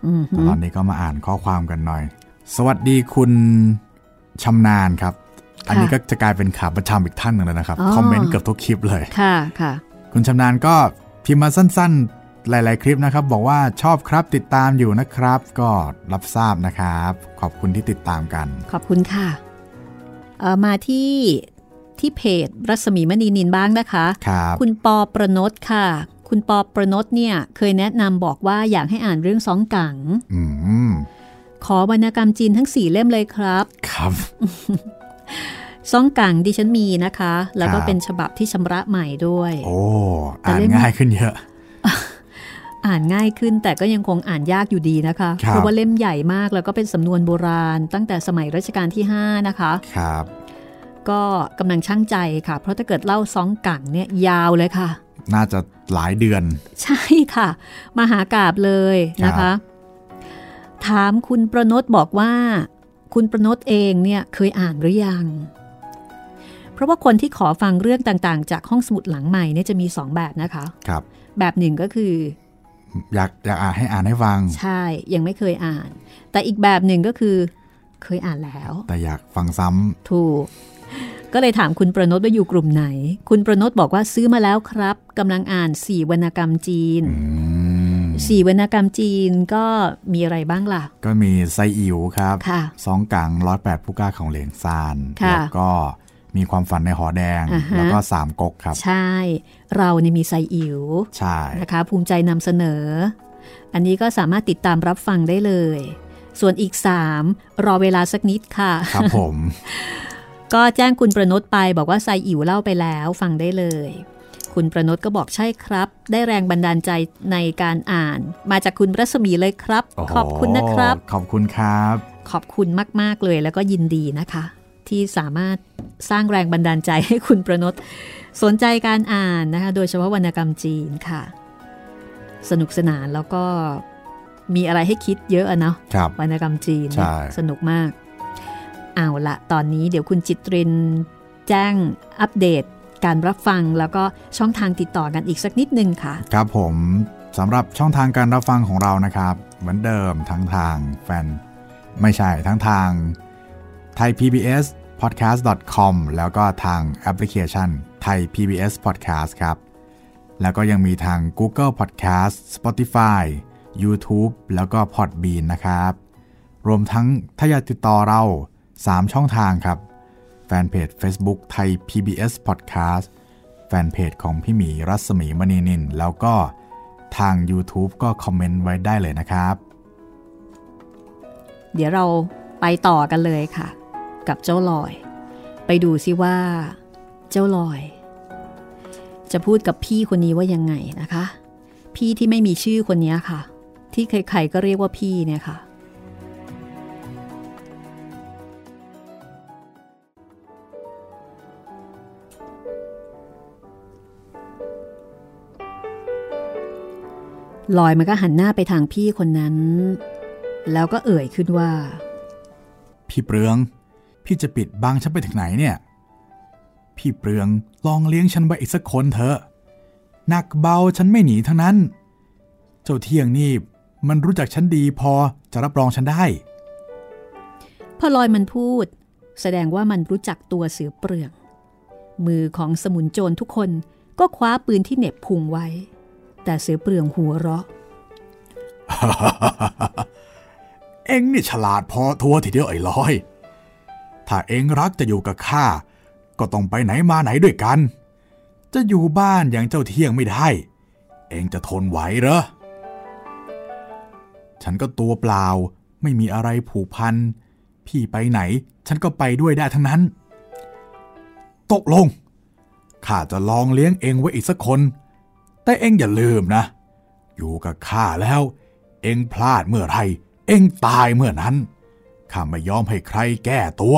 ตอนนี้ก็มาอ่านข้อความกันหน่อยสวัสดีคุณชำนาญครับอันนี้ก็จะกลายเป็นขาประจำอีกท่านหนึ่งแล้วนะครับคอมเมนต์เกือบทุกคลิปเลยค่ะค่ะคุณชำนาญก็พิมพ์มาสั้นๆหลายๆคลิปนะครับบอกว่าชอบครับติดตามอยู่นะครับก็รับทราบนะครับขอบคุณที่ติดตามกันขอบคุณค่ะเอ่อมาที่ที่เพจรัศมีมณีนินบ้างนะคะครับคุณปอประนตค่ะคุณปอประนตเนี่ยเคยแนะนำบอกว่าอยากให้อ่านเรื่องซ้องกังอืมขอวรรณกรรมจีนทั้งสี่เล่มเลยครับครับซ้องกังดิฉันมีนะคะแล้วก็เป็นฉบับที่ชำระใหม่ด้วยโอ้อ่านง่ายขึ้นเยอะอ่านง่ายขึ้นแต่ก็ยังคงอ่านยากอยู่ดีนะคะเพราะว่าเล่มใหญ่มากแล้วก็เป็นสำนวนโบราณตั้งแต่สมัยรัชกาลที่ห้านะคะครับก็กำลังชั่งใจค่ะเพราะถ้าเกิดเล่าซ้องกังเนี่ยยาวเลยค่ะน่าจะหลายเดือนใช่ค่ะมหากาพย์เลยนะคะถามคุณประนตบอกว่าคุณประนตเองเนี่ยเคยอ่านหรือยังเพราะว่าคนที่ขอฟังเรื่องต่างๆจากห้องสมุดหลังใหม่เนี่ยจะมีสองแบบนะคะครับแบบหนึ่งก็คืออยากอยากอ่านให้อ่านให้ฟังใช่ยังไม่เคยอ่านแต่อีกแบบหนึ่งก็คือเคยอ่านแล้วแต่อยากฟังซ้ำถูกก็เลยถามคุณประนตว่าอยู่กลุ่มไหนคุณประนตบอกว่าซื้อมาแล้วครับกำลังอ่านสี่วรรณกรรมจีนสี่วรรณกรรมจีนก็มีอะไรบ้างล่ะก็มีไซอิ๋วครับซ้องกังร้อยแปดผู้กล้าของเหลียงซานแล้วก็มีความฝันในหอแดงแล้วก็สามก๊กครับใช่เราเนี่ยมีไซอิ๋วใช่นะคะภูมิใจนำเสนออันนี้ก็สามารถติดตามรับฟังได้เลยส่วนอีกสามรอเวลาสักนิดค่ะครับผมก็แจ้งคุณประนตไปบอกว่าไซอิ๋วเล่าไปแล้วฟังได้เลยคุณประนตก็บอกใช่ครับได้แรงบันดาลใจในการอ่านมาจากคุณรัศมีเลยครับขอบคุณนะครับขอบคุณครับขอบคุณมากๆเลยแล้วก็ยินดีนะคะที่สามารถสร้างแรงบันดาลใจให้คุณประนตสนใจการอ่านนะคะโดยเฉพาะวรรณกรรมจีนค่ะสนุกสนานแล้วก็มีอะไรให้คิดเยอะอะเนาะวรรณกรรมจีนสนุกมากเอาละตอนนี้เดี๋ยวคุณจิตรินแจ้งอัปเดตการรับฟังแล้วก็ช่องทางติดต่อกันอีกสักนิดนึงค่ะครับผมสำหรับช่องทางการรับฟังของเรานะครับเหมือนเดิมทั้งทางแฟนไม่ใช่ทั้งทาง ไทย พี บี เอส พอดแคสต์ ดอท คอม แล้วก็ทางแอปพลิเคชัน Thai พี บี เอส Podcast ครับแล้วก็ยังมีทาง Google Podcast Spotify YouTube แล้วก็ Podbean นะครับรวมทั้งถ้าอยากติดต่อเราสามช่องทางครับแฟนเพจ Facebook ไทย พี บี เอส Podcast แฟนเพจของพี่หมีรัศมีมณีนินแล้วก็ทาง YouTube ก็คอมเมนต์ไว้ได้เลยนะครับเดี๋ยวเราไปต่อกันเลยค่ะกับเจ้าลอยไปดูซิว่าเจ้าลอยจะพูดกับพี่คนนี้ว่ายังไงนะคะพี่ที่ไม่มีชื่อคนนี้ค่ะที่ใครๆก็เรียกว่าพี่เนี่ยค่ะลอยมันก็หันหน้าไปทางพี่คนนั้นแล้วก็เอ่ยขึ้นว่าพี่เปลืองพี่จะปิดบังฉันไปถึงไหนเนี่ยพี่เปลืองลองเลี้ยงฉันไว้อีกสักคนเถอะหนักเบาฉันไม่หนีทั้งนั้นเจ้าเที่ยงนี่มันรู้จักฉันดีพอจะรับรองฉันได้พอลอยมันพูดแสดงว่ามันรู้จักตัวเสือเปลืองมือของสมุนโจรทุกคนก็คว้าปืนที่เหน็บพุงไว้แต่เสือเปลืองหัวเราะเอ็งนี่ฉลาดพอทัวทีเดียวไอ้ลอยถ้าเอ็งรักจะอยู่กับข้าก็ต้องไปไหนมาไหนด้วยกันจะอยู่บ้านอย่างเจ้าเที่ยงไม่ได้เอ็งจะทนไหวเหรอฉันก็ตัวเปล่าไม่มีอะไรผูกพันพี่ไปไหนฉันก็ไปด้วยได้ทั้งนั้นตกลงข้าจะลองเลี้ยงเอ็งไว้อีกสักคนแต่เอ็งอย่าลืมนะอยู่กับข้าแล้วเอ็งพลาดเมื่อไรเอ็งตายเมื่อนั้นข้าไม่ยอมให้ใครแก้ตัว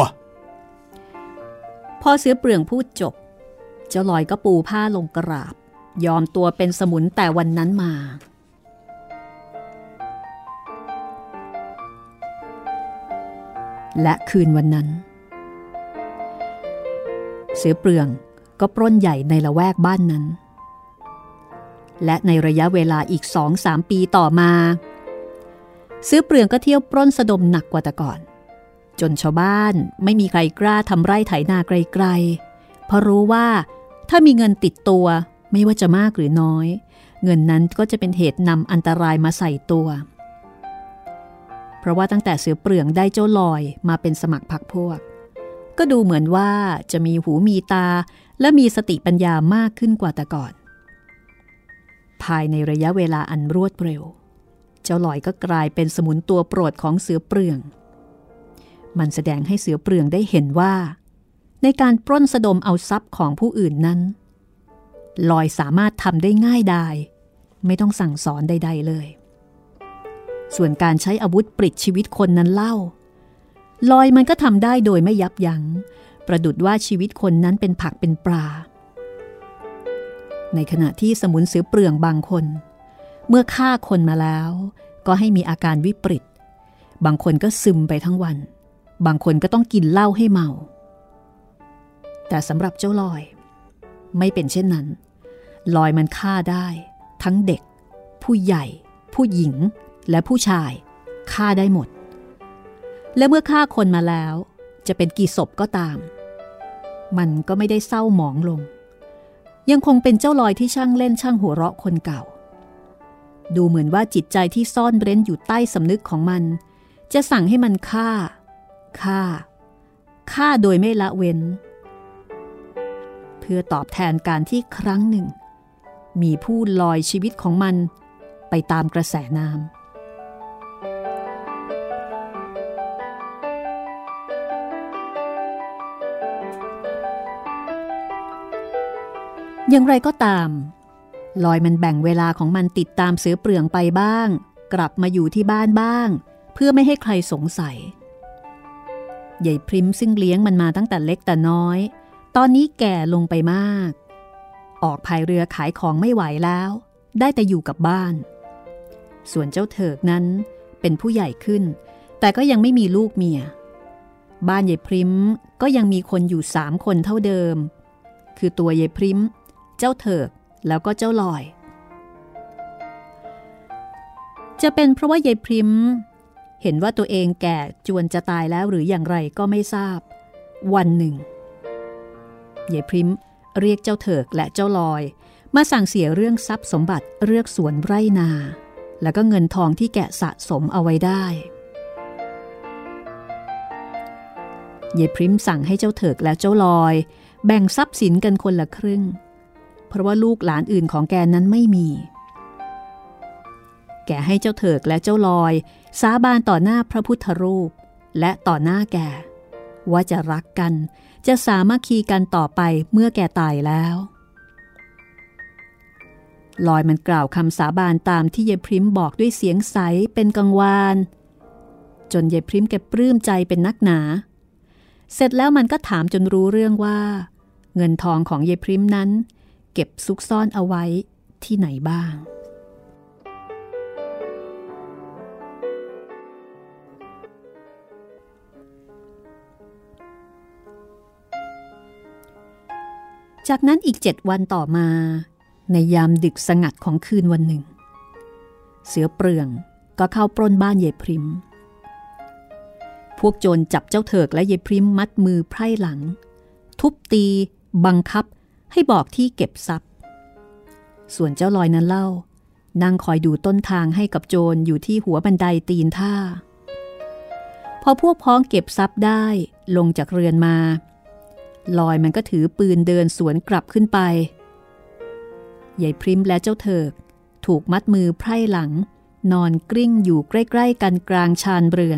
พอเสือเปลืองพูดจบเจ้าลอยก็ปูผ้าลงกราบยอมตัวเป็นสมุนแต่วันนั้นมาและคืนวันนั้นเสือเปลืองก็ปล้นใหญ่ในละแวกบ้านนั้นและในระยะเวลาอีก สองถึงสาม ปีต่อมาเสือเปลืองก็เที่ยวปล้นสะดมหนักกว่าแต่ก่อนจนชาวบ้านไม่มีใครกล้าทำไร่ไถนาไกลๆเพราะรู้ว่าถ้ามีเงินติดตัวไม่ว่าจะมากหรือน้อยเงินนั้นก็จะเป็นเหตุนำอันตรายมาใส่ตัวเพราะว่าตั้งแต่เสือเปลืองได้เจ้าลอยมาเป็นสมัครพรรคพวกก็ดูเหมือนว่าจะมีหูมีตาและมีสติปัญญามากขึ้นกว่าแต่ก่อนภายในระยะเวลาอันรวดเร็วเจ้าลอยก็กลายเป็นสมุนตัวโปรดของเสือเปลืองมันแสดงให้เสือเปลืองได้เห็นว่าในการปล้นสะดมเอาทรัพย์ของผู้อื่นนั้นลอยสามารถทำได้ง่ายดายไม่ต้องสั่งสอนใดๆเลยส่วนการใช้อาวุธปลิดชีวิตคนนั้นเล่าลอยมันก็ทำได้โดยไม่ยับยั้งประดุจว่าชีวิตคนนั้นเป็นผักเป็นปลาในขณะที่สมุนเสือเปลืองบางคนเมื่อฆ่าคนมาแล้วก็ให้มีอาการวิปริตบางคนก็ซึมไปทั้งวันบางคนก็ต้องกินเหล้าให้เมาแต่สำหรับเจ้าลอยไม่เป็นเช่นนั้นลอยมันฆ่าได้ทั้งเด็กผู้ใหญ่ผู้หญิงและผู้ชายฆ่าได้หมดและเมื่อฆ่าคนมาแล้วจะเป็นกี่ศพก็ตามมันก็ไม่ได้เศร้าหมองลงยังคงเป็นเจ้าลอยที่ช่างเล่นช่างหัวเราะคนเก่าดูเหมือนว่าจิตใจที่ซ่อนเร้นอยู่ใต้สำนึกของมันจะสั่งให้มันฆ่าฆ่าฆ่าโดยไม่ละเว้นเพื่อตอบแทนการที่ครั้งหนึ่งมีผู้ลอยชีวิตของมันไปตามกระแสน้ำอย่างไรก็ตามลอยมันแบ่งเวลาของมันติดตามเสือเปลืองไปบ้างกลับมาอยู่ที่บ้านบ้างเพื่อไม่ให้ใครสงสัยใหญ่พริมซึ่งเลี้ยงมันมาตั้งแต่เล็กแต่น้อยตอนนี้แก่ลงไปมากออกพายเรือขายของไม่ไหวแล้วได้แต่อยู่กับบ้านส่วนเจ้าเถิกนั้นเป็นผู้ใหญ่ขึ้นแต่ก็ยังไม่มีลูกเมียบ้านใหญ่พริมก็ยังมีคนอยู่สามคนเท่าเดิมคือตัวใหญ่พริมเจ้าเถิกแล้วก็เจ้าลอยจะเป็นเพราะว่าใหญ่พริมเห็นว่าตัวเองแก่จวนจะตายแล้วหรืออย่างไรก็ไม่ทราบวันหนึ่งใหญ่พริมเรียกเจ้าเถิกและเจ้าลอยมาสั่งเสียเรื่องทรัพย์สมบัติเลือกสวนไร่นาแล้วก็เงินทองที่แกะสะสมเอาไว้ได้ใหญ่พริมสั่งให้เจ้าเถิกและเจ้าลอยแบ่งทรัพย์สินกันคนละครึ่งเพราะว่าลูกหลานอื่นของแกนั้นไม่มีแกให้เจ้าเถิกและเจ้าลอยสาบานต่อหน้าพระพุทธรูปและต่อหน้าแกว่าจะรักกันจะสามัคคีกันต่อไปเมื่อแกตายแล้วลอยมันกล่าวคำสาบานตามที่เยพริมบอกด้วยเสียงใสเป็นกังวานจนเยพริมแกปลื้มใจเป็นนักหนาเสร็จแล้วมันก็ถามจนรู้เรื่องว่าเงินทองของเยพริมนั้นเก็บซุกซ่อนเอาไว้ที่ไหนบ้างจากนั้นอีกเจ็ดวันต่อมาในยามดึกสงัดของคืนวันหนึ่งเสือเปลืองก็เข้าปล้นบ้านเยพริมพวกโจรจับเจ้าเถิกและเยพริมมัดมือไพร่หลังทุบตีบังคับให้บอกที่เก็บทรัพย์ส่วนเจ้าลอยนั้นเล่านั่งคอยดูต้นทางให้กับโจรอยู่ที่หัวบันไดตีนท่าพอพวกพ้องเก็บทรัพย์ได้ลงจากเรือนมาลอยมันก็ถือปืนเดินสวนกลับขึ้นไปใหญ่พริมและเจ้าเถิกถูกมัดมือไพร่หลังนอนกลิ้งอยู่ใกล้ๆกันกลางชานเรือน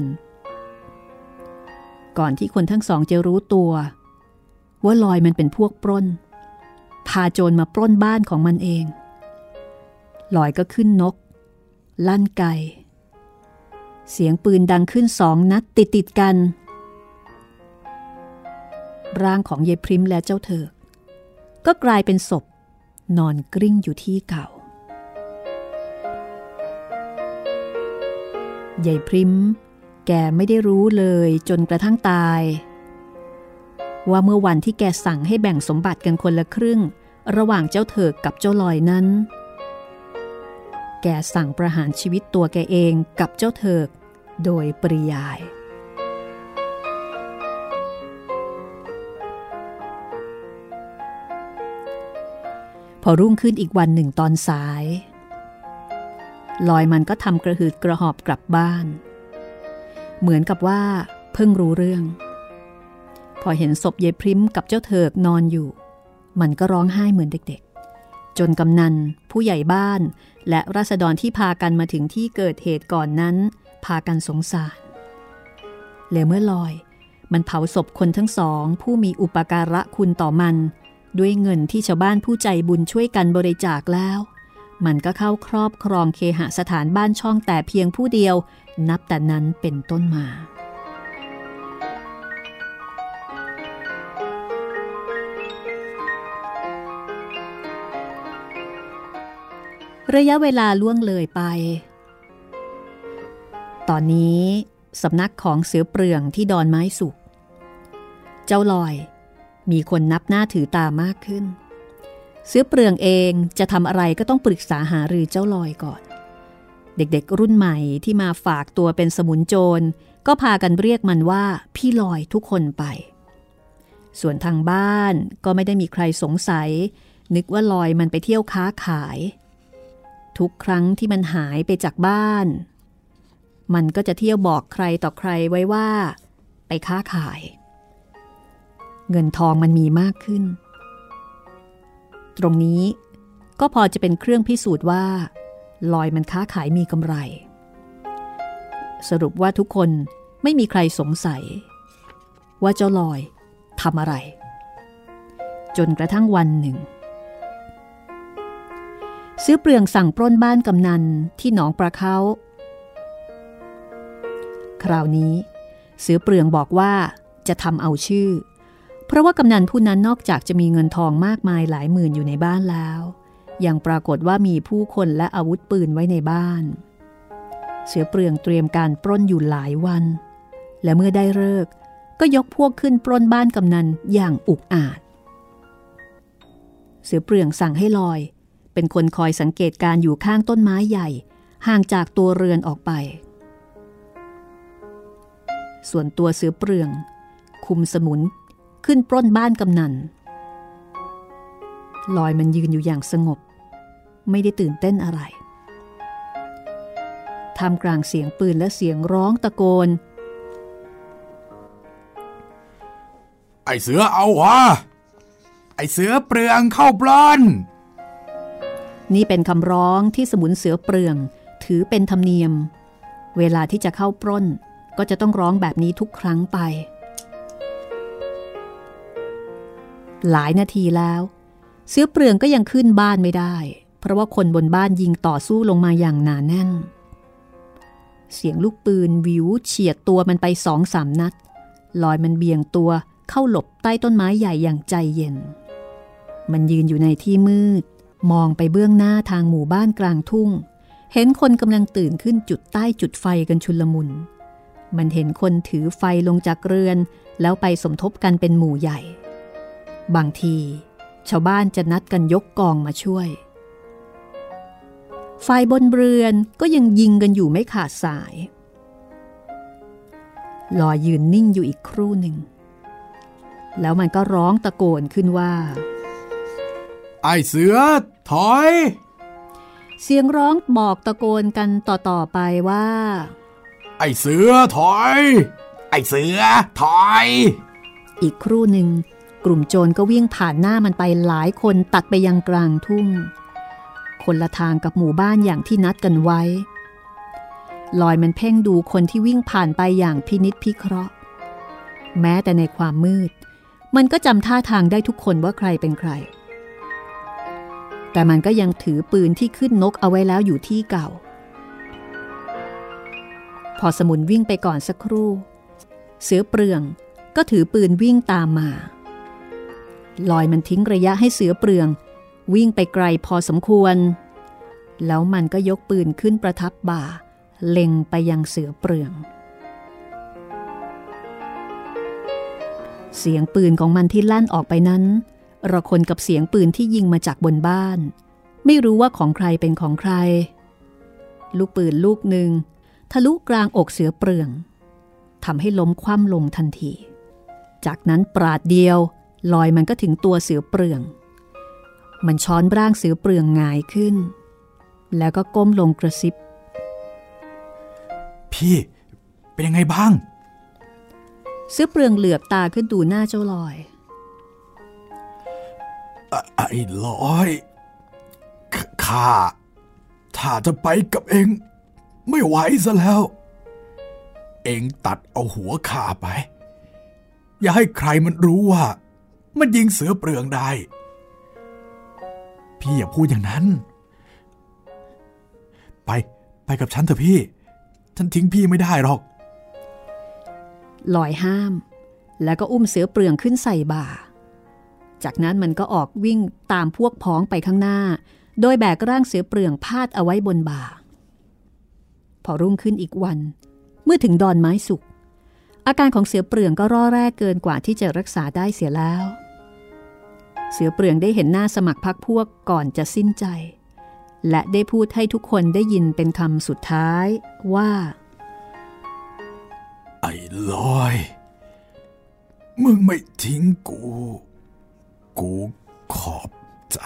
ก่อนที่คนทั้งสองจะรู้ตัวว่าลอยมันเป็นพวกปล้นพาโจรมาปล้นบ้านของมันเองลอยก็ขึ้นนกลั่นไกเสียงปืนดังขึ้นสองนัดติดๆกันร่างของเยพริมและเจ้าเถิกก็กลายเป็นศพนอนกลิ้งอยู่ที่เก่าเยพริมแกไม่ได้รู้เลยจนกระทั่งตายว่าเมื่อวันที่แกสั่งให้แบ่งสมบัติกันคนละครึ่งระหว่างเจ้าเถิกกับเจ้าลอยนั้นแกแกสั่งประหารชีวิตตัวแกเองกับเจ้าเถิกโดยปริยายพอรุ่งขึ้นอีกวันหนึ่งตอนสายลอยมันก็ทำกระหืดกระหอบกลับบ้านเหมือนกับว่าเพิ่งรู้เรื่องพอเห็นศพยายพริ้มกับเจ้าเถิกนอนอยู่มันก็ร้องไห้เหมือนเด็กๆจนกำนันผู้ใหญ่บ้านและราษฎรที่พากันมาถึงที่เกิดเหตุก่อนนั้นพากันสงสารแล้วเมื่อลอยมันเผาศพคนทั้งสองผู้มีอุปการะคุณต่อมันด้วยเงินที่ชาวบ้านผู้ใจบุญช่วยกันบริจาคแล้วมันก็เข้าครอบครองเคหสถานบ้านช่องแต่เพียงผู้เดียวนับแต่นั้นเป็นต้นมาระยะเวลาล่วงเลยไปตอนนี้สำนักของเสือเปลืองที่ดอนไม้สุกเจ้าลอยมีคนนับหน้าถือตามากขึ้นเสือเปลืองเองจะทำอะไรก็ต้องปรึกษาหารือเจ้าลอยก่อนเด็กๆรุ่นใหม่ที่มาฝากตัวเป็นสมุนโจรก็พากันเรียกมันว่าพี่ลอยทุกคนไปส่วนทางบ้านก็ไม่ได้มีใครสงสัยนึกว่าลอยมันไปเที่ยวค้าขายทุกครั้งที่มันหายไปจากบ้านมันก็จะเที่ยวบอกใครต่อใครไว้ว่าไปค้าขายเงินทองมันมีมากขึ้นตรงนี้ก็พอจะเป็นเครื่องพิสูจน์ว่าลอยมันค้าขายมีกำไรสรุปว่าทุกคนไม่มีใครสงสัยว่าเจ้าลอยทำอะไรจนกระทั่งวันหนึ่งเสือเปลืองสั่งปล้นบ้านกำนันที่หนองปลาเค้าคราวนี้เสือเปลืองบอกว่าจะทำเอาชื่อเพราะว่ากำนันผู้นั้นนอกจากจะมีเงินทองมากมายหลายหมื่นอยู่ในบ้านแล้วยังปรากฏว่ามีผู้คนและอาวุธปืนไว้ในบ้านเสือเปลืองเตรียมการปล้นอยู่หลายวันและเมื่อได้ฤกษ์ก็ยกพวกขึ้นปล้นบ้านกำนันอย่างอุกอาจเสือเปลืองสั่งให้ลอยเป็นคนคอยสังเกตการอยู่ข้างต้นไม้ใหญ่ห่างจากตัวเรือนออกไปส่วนตัวเสือเปลืองคุมสมุนขึ้นปล้นบ้านกำนันลอยมันยืนอยู่อย่างสงบไม่ได้ตื่นเต้นอะไรท่ามกลางเสียงปืนและเสียงร้องตะโกนไอเสือเอาวะไอเสือเปลืองเข้าปล้นนี่เป็นคำร้องที่สมุนเสือเปลืองถือเป็นธรรมเนียมเวลาที่จะเข้าปล้นก็จะต้องร้องแบบนี้ทุกครั้งไปหลายนาทีแล้วเสือเปลืองก็ยังขึ้นบ้านไม่ได้เพราะว่าคนบนบ้านยิงต่อสู้ลงมาอย่างหนาแน่นเสียงลูกปืนวิวเฉียดตัวมันไปสองสามนัดลอยมันเบี่ยงตัวเข้าหลบใต้ต้นไม้ใหญ่อย่างใจเย็นมันยืนอยู่ในที่มืดมองไปเบื้องหน้าทางหมู่บ้านกลางทุ่งเห็นคนกำลังตื่นขึ้นจุดใต้จุดไฟกันชุลมุนมันเห็นคนถือไฟลงจากเรือนแล้วไปสมทบกันเป็นหมู่ใหญ่บางทีชาวบ้านจะนัดกันยกกองมาช่วยไฟบนเรือนก็ยังยิงกันอยู่ไม่ขาดสายลอยยืนนิ่งอยู่อีกครู่หนึ่งแล้วมันก็ร้องตะโกนขึ้นว่าไอเสือถอยเสียงร้องบอกตะโกนกันต่อๆไปว่าไอเสือถอยไอเสือถอยอีกครู่หนึ่งกลุ่มโจรก็วิ่งผ่านหน้ามันไปหลายคนตัดไปยังกลางทุ่งคนละทางกับหมู่บ้านอย่างที่นัดกันไว้ลอยมันเพ่งดูคนที่วิ่งผ่านไปอย่างพินิจพิเคราะห์แม้แต่ในความมืดมันก็จำท่าทางได้ทุกคนว่าใครเป็นใครแต่มันก็ยังถือปืนที่ขึ้นนกเอาไว้แล้วอยู่ที่เก่าพอสมุนวิ่งไปก่อนสักครู่เสือเปลืองก็ถือปืนวิ่งตามมาลอยมันทิ้งระยะให้เสือเปลืองวิ่งไปไกลพอสมควรแล้วมันก็ยกปืนขึ้นประทับบ่าเล็งไปยังเสือเปลืองเสียงปืนของมันที่ลั่นออกไปนั้นระคนกับเสียงปืนที่ยิงมาจากบนบ้านไม่รู้ว่าของใครเป็นของใครลูกปืนลูกหนึ่งทะลุกลางอกเสือเปลืองทำให้ล้มคว่ำลงทันทีจากนั้นปราดเดียวลอยมันก็ถึงตัวเสือเปลืองมันช้อนร่างเสือเปลืองหงายขึ้นแล้วก็ก้มลงกระซิบพี่เป็นยังไงบ้างเสือเปลืองเหลือบตาขึ้นดูหน้าเจ้าลอยไอ้ลอยข้าถ้าจะไปกับเองไม่ไหวซะแล้วเองตัดเอาหัวข้าไปอย่าให้ใครมันรู้ว่ามันยิงเสือเปลืองได้พี่อย่าพูดอย่างนั้นไปไปกับฉันเถอะพี่ฉันทิ้งพี่ไม่ได้หรอกลอยห้ามแล้วก็อุ้มเสือเปลืองขึ้นใส่บ่าจากนั้นมันก็ออกวิ่งตามพวกพ้องไปข้างหน้าโดยแบกร่างเสือเปลืองพาดเอาไว้บนบ่าพอรุ่งขึ้นอีกวันเมื่อถึงดอนไม้สุกอาการของเสือเปลืองก็ร่อแร่เกินกว่าที่จะรักษาได้เสียแล้วเสือเปลืองได้เห็นหน้าสมัครพรรคพวกก่อนจะสิ้นใจและได้พูดให้ทุกคนได้ยินเป็นคำสุดท้ายว่าไอ้ลอยมึงไม่ทิ้งกูกูขอบใจ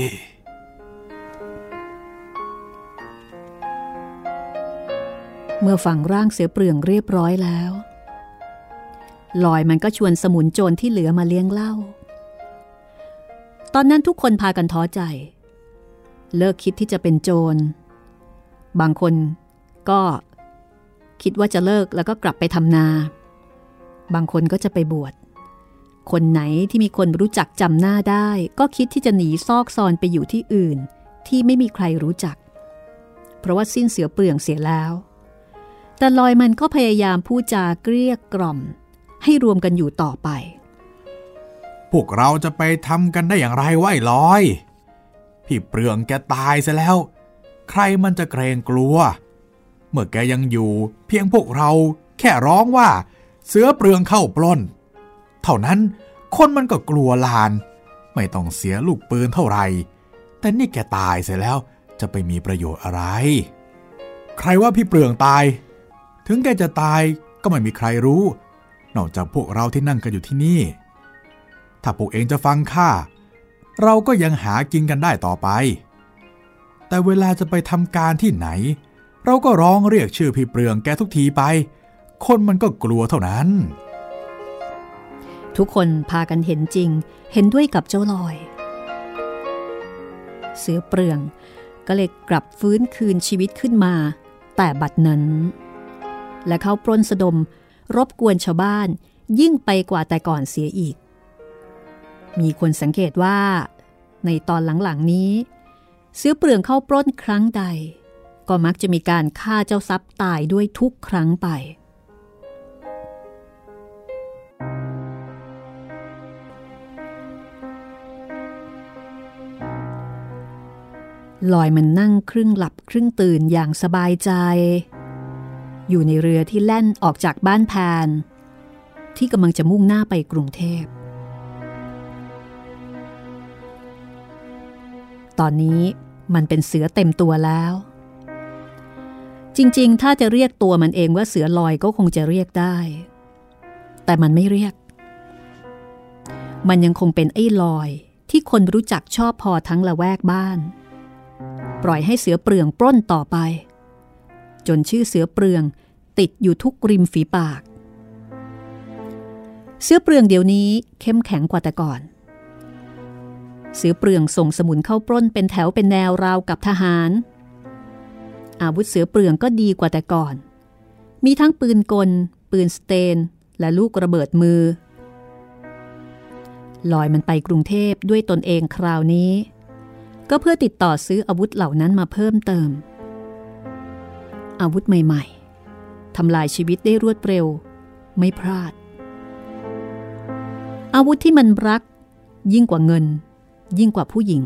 เมื่อฝังร่างเสือเปลืองเรียบร้อยแล้วลอยมันก็ชวนสมุนโจรที่เหลือมาเลี้ยงเหล้าตอนนั้นทุกคนพากันท้อใจเลิกคิดที่จะเป็นโจรบางคนก็คิดว่าจะเลิกแล้วก็กลับไปทำนาบางคนก็จะไปบวชคนไหนที่มีคนรู้จักจำหน้าได้ก็คิดที่จะหนีซอกซอนไปอยู่ที่อื่นที่ไม่มีใครรู้จักเพราะว่าสิ้นเสือเปลืองเสียแล้วแต่ลอยมันก็พยายามพูดจาเกลี้ยกล่อมให้รวมกันอยู่ต่อไปพวกเราจะไปทำกันได้อย่างไรวะไอ้ลอยพี่เปลืองแกตายซะแล้วใครมันจะเกรงกลัวเมื่อแกยังอยู่เพียงพวกเราแค่ร้องว่าเสือเปลืองเข้าปล้นเท่านั้นคนมันก็กลัวลานไม่ต้องเสียลูกปืนเท่าไหร่แต่นี่แกตายเสียแล้วจะไปมีประโยชน์อะไรใครว่าพี่เปลืองตายถึงแกจะตายก็ไม่มีใครรู้นอกจากพวกเราที่นั่งกันอยู่ที่นี่ถ้าพวกเองจะฟังข้าเราก็ยังหากินกันได้ต่อไปแต่เวลาจะไปทำการที่ไหนเราก็ร้องเรียกชื่อพี่เปลืองแกทุกทีไปคนมันก็กลัวเท่านั้นทุกคนพากันเห็นจริงเห็นด้วยกับเจ้าลอยเสือเปลืองก็เลยกลับฟื้นคืนชีวิตขึ้นมาแต่บัดนั้นและเขาปล้นสะดมรบกวนชาวบ้านยิ่งไปกว่าแต่ก่อนเสียอีกมีคนสังเกตว่าในตอนหลังๆนี้เสือเปลืองเข้าปล้นครั้งใดก็มักจะมีการฆ่าเจ้าทรัพย์ตายด้วยทุกครั้งไปลอยมันนั่งครึ่งหลับครึ่งตื่นอย่างสบายใจอยู่ในเรือที่แล่นออกจากบ้านแพนที่กำลังจะมุ่งหน้าไปกรุงเทพตอนนี้มันเป็นเสือเต็มตัวแล้วจริงๆถ้าจะเรียกตัวมันเองว่าเสือลอยก็คงจะเรียกได้แต่มันไม่เรียกมันยังคงเป็นไอ้ลอยที่คนรู้จักชอบพอทั้งละแวกบ้านปล่อยให้เสือเปลืองปล้นต่อไปจนชื่อเสือเปลืองติดอยู่ทุกริมฝีปากเสือเปลืองเดี๋ยวนี้เข้มแข็งกว่าแต่ก่อนเสือเปลืองส่งสมุนเข้าปล้นเป็นแถวเป็นแนวราวกับทหารอาวุธเสือเปลืองก็ดีกว่าแต่ก่อนมีทั้งปืนกลปืนสเตนและลูกระเบิดมือลอยมันไปกรุงเทพด้วยตนเองคราวนี้ก็เพื่อติดต่อซื้ออาวุธเหล่านั้นมาเพิ่มเติมอาวุธใหม่ๆทำลายชีวิตได้รวดเร็วไม่พลาดอาวุธที่มันรักยิ่งกว่าเงินยิ่งกว่าผู้หญิง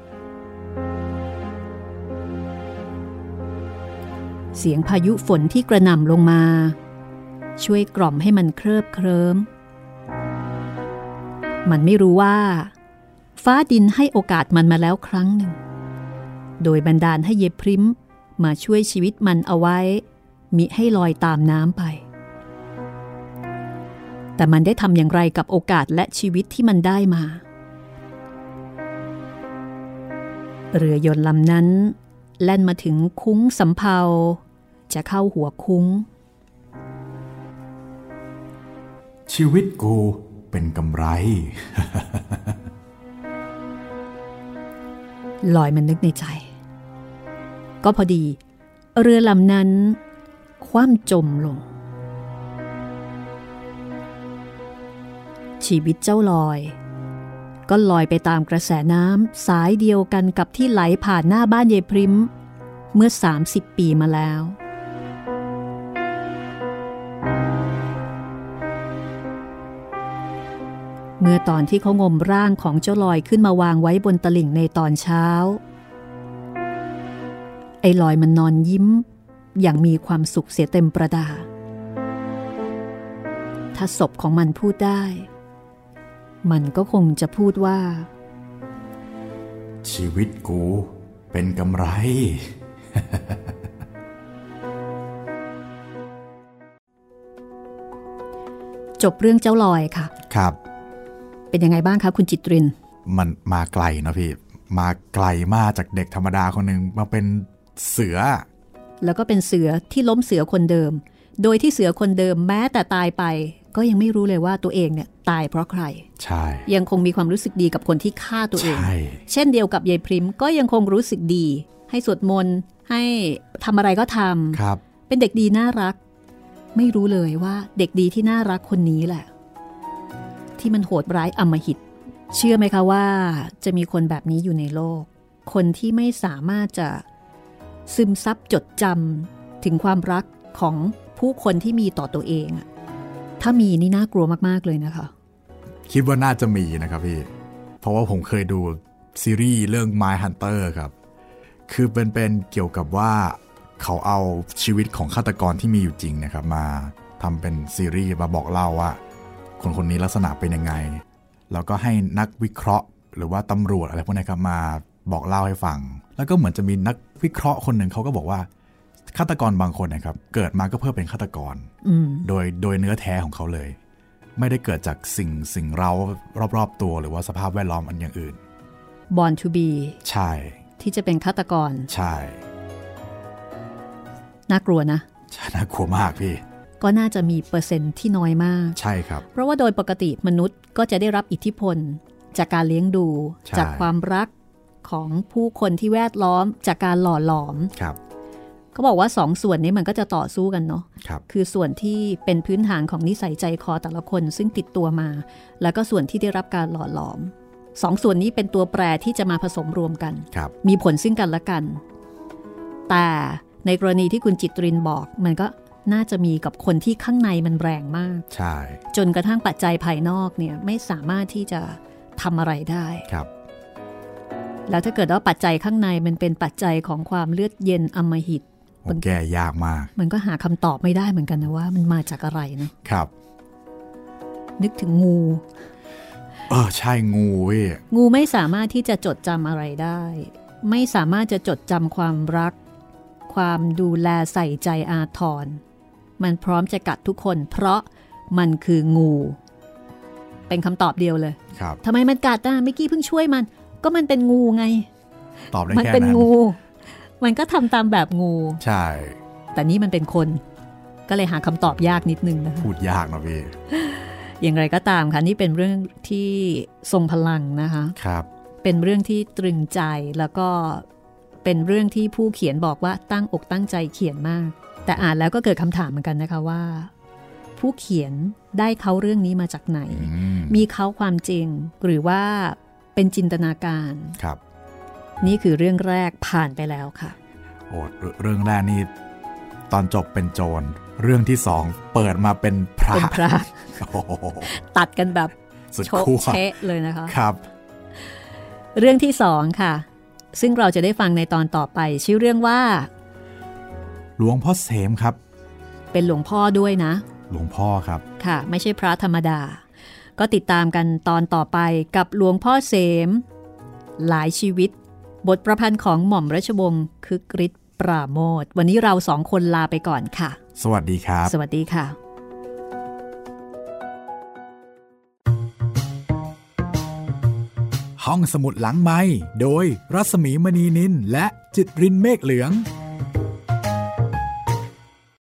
เสียงพายุฝนที่กระหน่ำลงมาช่วยกล่อมให้มันเคลิบเคลิ้มมันไม่รู้ว่าฟ้าดินให้โอกาสมันมาแล้วครั้งหนึ่งโดยบันดาลให้เยพริ้มมาช่วยชีวิตมันเอาไว้มิให้ลอยตามน้ำไปแต่มันได้ทำอย่างไรกับโอกาสและชีวิตที่มันได้มาเรือยนต์ลำนั้นแล่นมาถึงคุ้งสำเภาจะเข้าหัวคุ้งชีวิตกูเป็นกำไรลอยมันนึกในใจก็พอดีเรือลำนั้นคว่ำจมลงชีวิตเจ้าลอยก็ลอยไปตามกระแสน้ำสายเดียวกันกับที่ไหลผ่านหน้าบ้านยายพริ้มเมื่อสามสิบปีมาแล้วเมื่อตอนที่เขางมร่างของเจ้าลอยขึ้นมาวางไว้บนตลิ่งในตอนเช้าไอ้ลอยมันนอนยิ้มอย่างมีความสุขเสียเต็มประดาถ้าศพของมันพูดได้มันก็คงจะพูดว่าชีวิตกูเป็นกำไรจบเรื่องเจ้าลอยค่ะครับเป็นยังไงบ้างคะคุณจิตรินมันมาไกลนะพี่มาไกลมากจากเด็กธรรมดาคนหนึ่งมาเป็นเสือแล้วก็เป็นเสือที่ล้มเสือคนเดิมโดยที่เสือคนเดิมแม้แต่ตายไปก็ยังไม่รู้เลยว่าตัวเองเนี่ยตายเพราะใครใช่ยังคงมีความรู้สึกดีกับคนที่ฆ่าตัวเองใช่เช่นเดียวกับยายพริมก็ยังคงรู้สึกดีให้สวดมนต์ให้ทำอะไรก็ทำครับเป็นเด็กดีน่ารักไม่รู้เลยว่าเด็กดีที่น่ารักคนนี้แหละที่มันโหดร้ายอำมหิตเชื่อไหมคะว่าจะมีคนแบบนี้อยู่ในโลกคนที่ไม่สามารถจะซึมซับจดจำถึงความรักของผู้คนที่มีต่อตัวเองถ้ามีนี่น่ากลัวมากๆเลยนะคะคิดว่าน่าจะมีนะครับพี่เพราะว่าผมเคยดูซีรีส์เรื่อง My Hunter ครับคือเป็นเป็นเกี่ยวกับว่าเขาเอาชีวิตของฆาตกรที่มีอยู่จริงนะครับมาทำเป็นซีรีส์มาบอกเล่าว่าคนคนนี้ลักษณะเป็นยังไงแล้วก็ให้นักวิเคราะห์หรือว่าตำรวจอะไรพวกนี้ครับมาบอกเล่าให้ฟังแล้วก็เหมือนจะมีนักวิเคราะห์คนหนึ่งเขาก็บอกว่าฆาตกรบางคนนะครับเกิดมาก็เพื่อเป็นฆาตกรโดยโดยเนื้อแท้ของเขาเลยไม่ได้เกิดจากสิ่งสิ่งเร้ารอบๆตัวหรือว่าสภาพแวดล้อมอันอย่างอื่น Born to be ใช่ที่จะเป็นฆาตกรใช่น่ากลัวนะใช่น่ากลัวมากพี่ก็น่าจะมีเปอร์เซ็นต์ที่น้อยมากใช่ครับเพราะว่าโดยปกติมนุษย์ก็จะได้รับอิทธิพลจากการเลี้ยงดูจากความรักของผู้คนที่แวดล้อมจากการหล่อหลอมครับเขาบอกว่าสองส่วนนี้มันก็จะต่อสู้กันเนาะครับคือส่วนที่เป็นพื้นฐานของนิสัยใจคอแต่ละคนซึ่งติดตัวมาแล้วก็ส่วนที่ได้รับการหล่อหลอมสองส่วนนี้เป็นตัวแปรที่จะมาผสมรวมกันมีผลซึ่งกันและกันแต่ในกรณีที่คุณจิตรินบอกมันก็น่าจะมีกับคนที่ข้างในมันแรงมากใช่จนกระทั่งปัจจัยภายนอกเนี่ยไม่สามารถที่จะทำอะไรได้ครับแล้วถ้าเกิดว่าปัจจัยข้างในมันเป็นปัจจัยของความเลือดเย็นอำมหิตมันแก้ยากมากมันก็หาคำตอบไม่ได้เหมือนกันนะว่ามันมาจากอะไรนะครับนึกถึงงูเออใช่งูเว้ยงูไม่สามารถที่จะจดจำอะไรได้ไม่สามารถจะจดจำความรักความดูแลใส่ใจอาทรมันพร้อมจะกัดทุกคนเพราะมันคืองูเป็นคำตอบเดียวเลยครับทำไมมันกัดอ่ะเมื่อกี้เพิ่งช่วยมันก็มันเป็นงูไงตอบได้แค่นั้นมันเป็นงูมันก็ทำตามแบบงูใช่แต่นี่มันเป็นคนก็เลยหาคำตอบยากนิดนึงนะคะพูดยากนะพี่อย่างไรก็ตามค่ะนี่เป็นเรื่องที่ทรงพลังนะคะครับเป็นเรื่องที่ตรึงใจแล้วก็เป็นเรื่องที่ผู้เขียนบอกว่าตั้งอกตั้งใจเขียนมากแต่อ่านแล้วก็เกิดคำถามเหมือนกันนะคะว่าผู้เขียนได้เขาเรื่องนี้มาจากไหนม, มีเขาความจริงหรือว่าเป็นจินตนาการครับนี่คือเรื่องแรกผ่านไปแล้วค่ะโอ้เรื่องแรกนี่ตอนจบเป็นโจรเรื่องที่สองเปิดมาเป็นพระเป็นพระตัดกันแบบโชกเชะเลยนะคะครับเรื่องที่สองค่ะซึ่งเราจะได้ฟังในตอนต่อไปชื่อเรื่องว่าหลวงพ่อเสมครับเป็นหลวงพ่อด้วยนะหลวงพ่อครับค่ะไม่ใช่พระธรรมดาก็ติดตามกันตอนต่อไปกับหลวงพ่อเสมหลายชีวิตบทประพันธ์ของหม่อมราชวงศ์คึกฤทธิ์ปราโมทย์วันนี้เราสองคนลาไปก่อนค่ะสวัสดีครับสวัสดีค่ะห้องสมุดหลังไมค์โดยรัศมีมณีนินและจิตรินเมฆเหลือง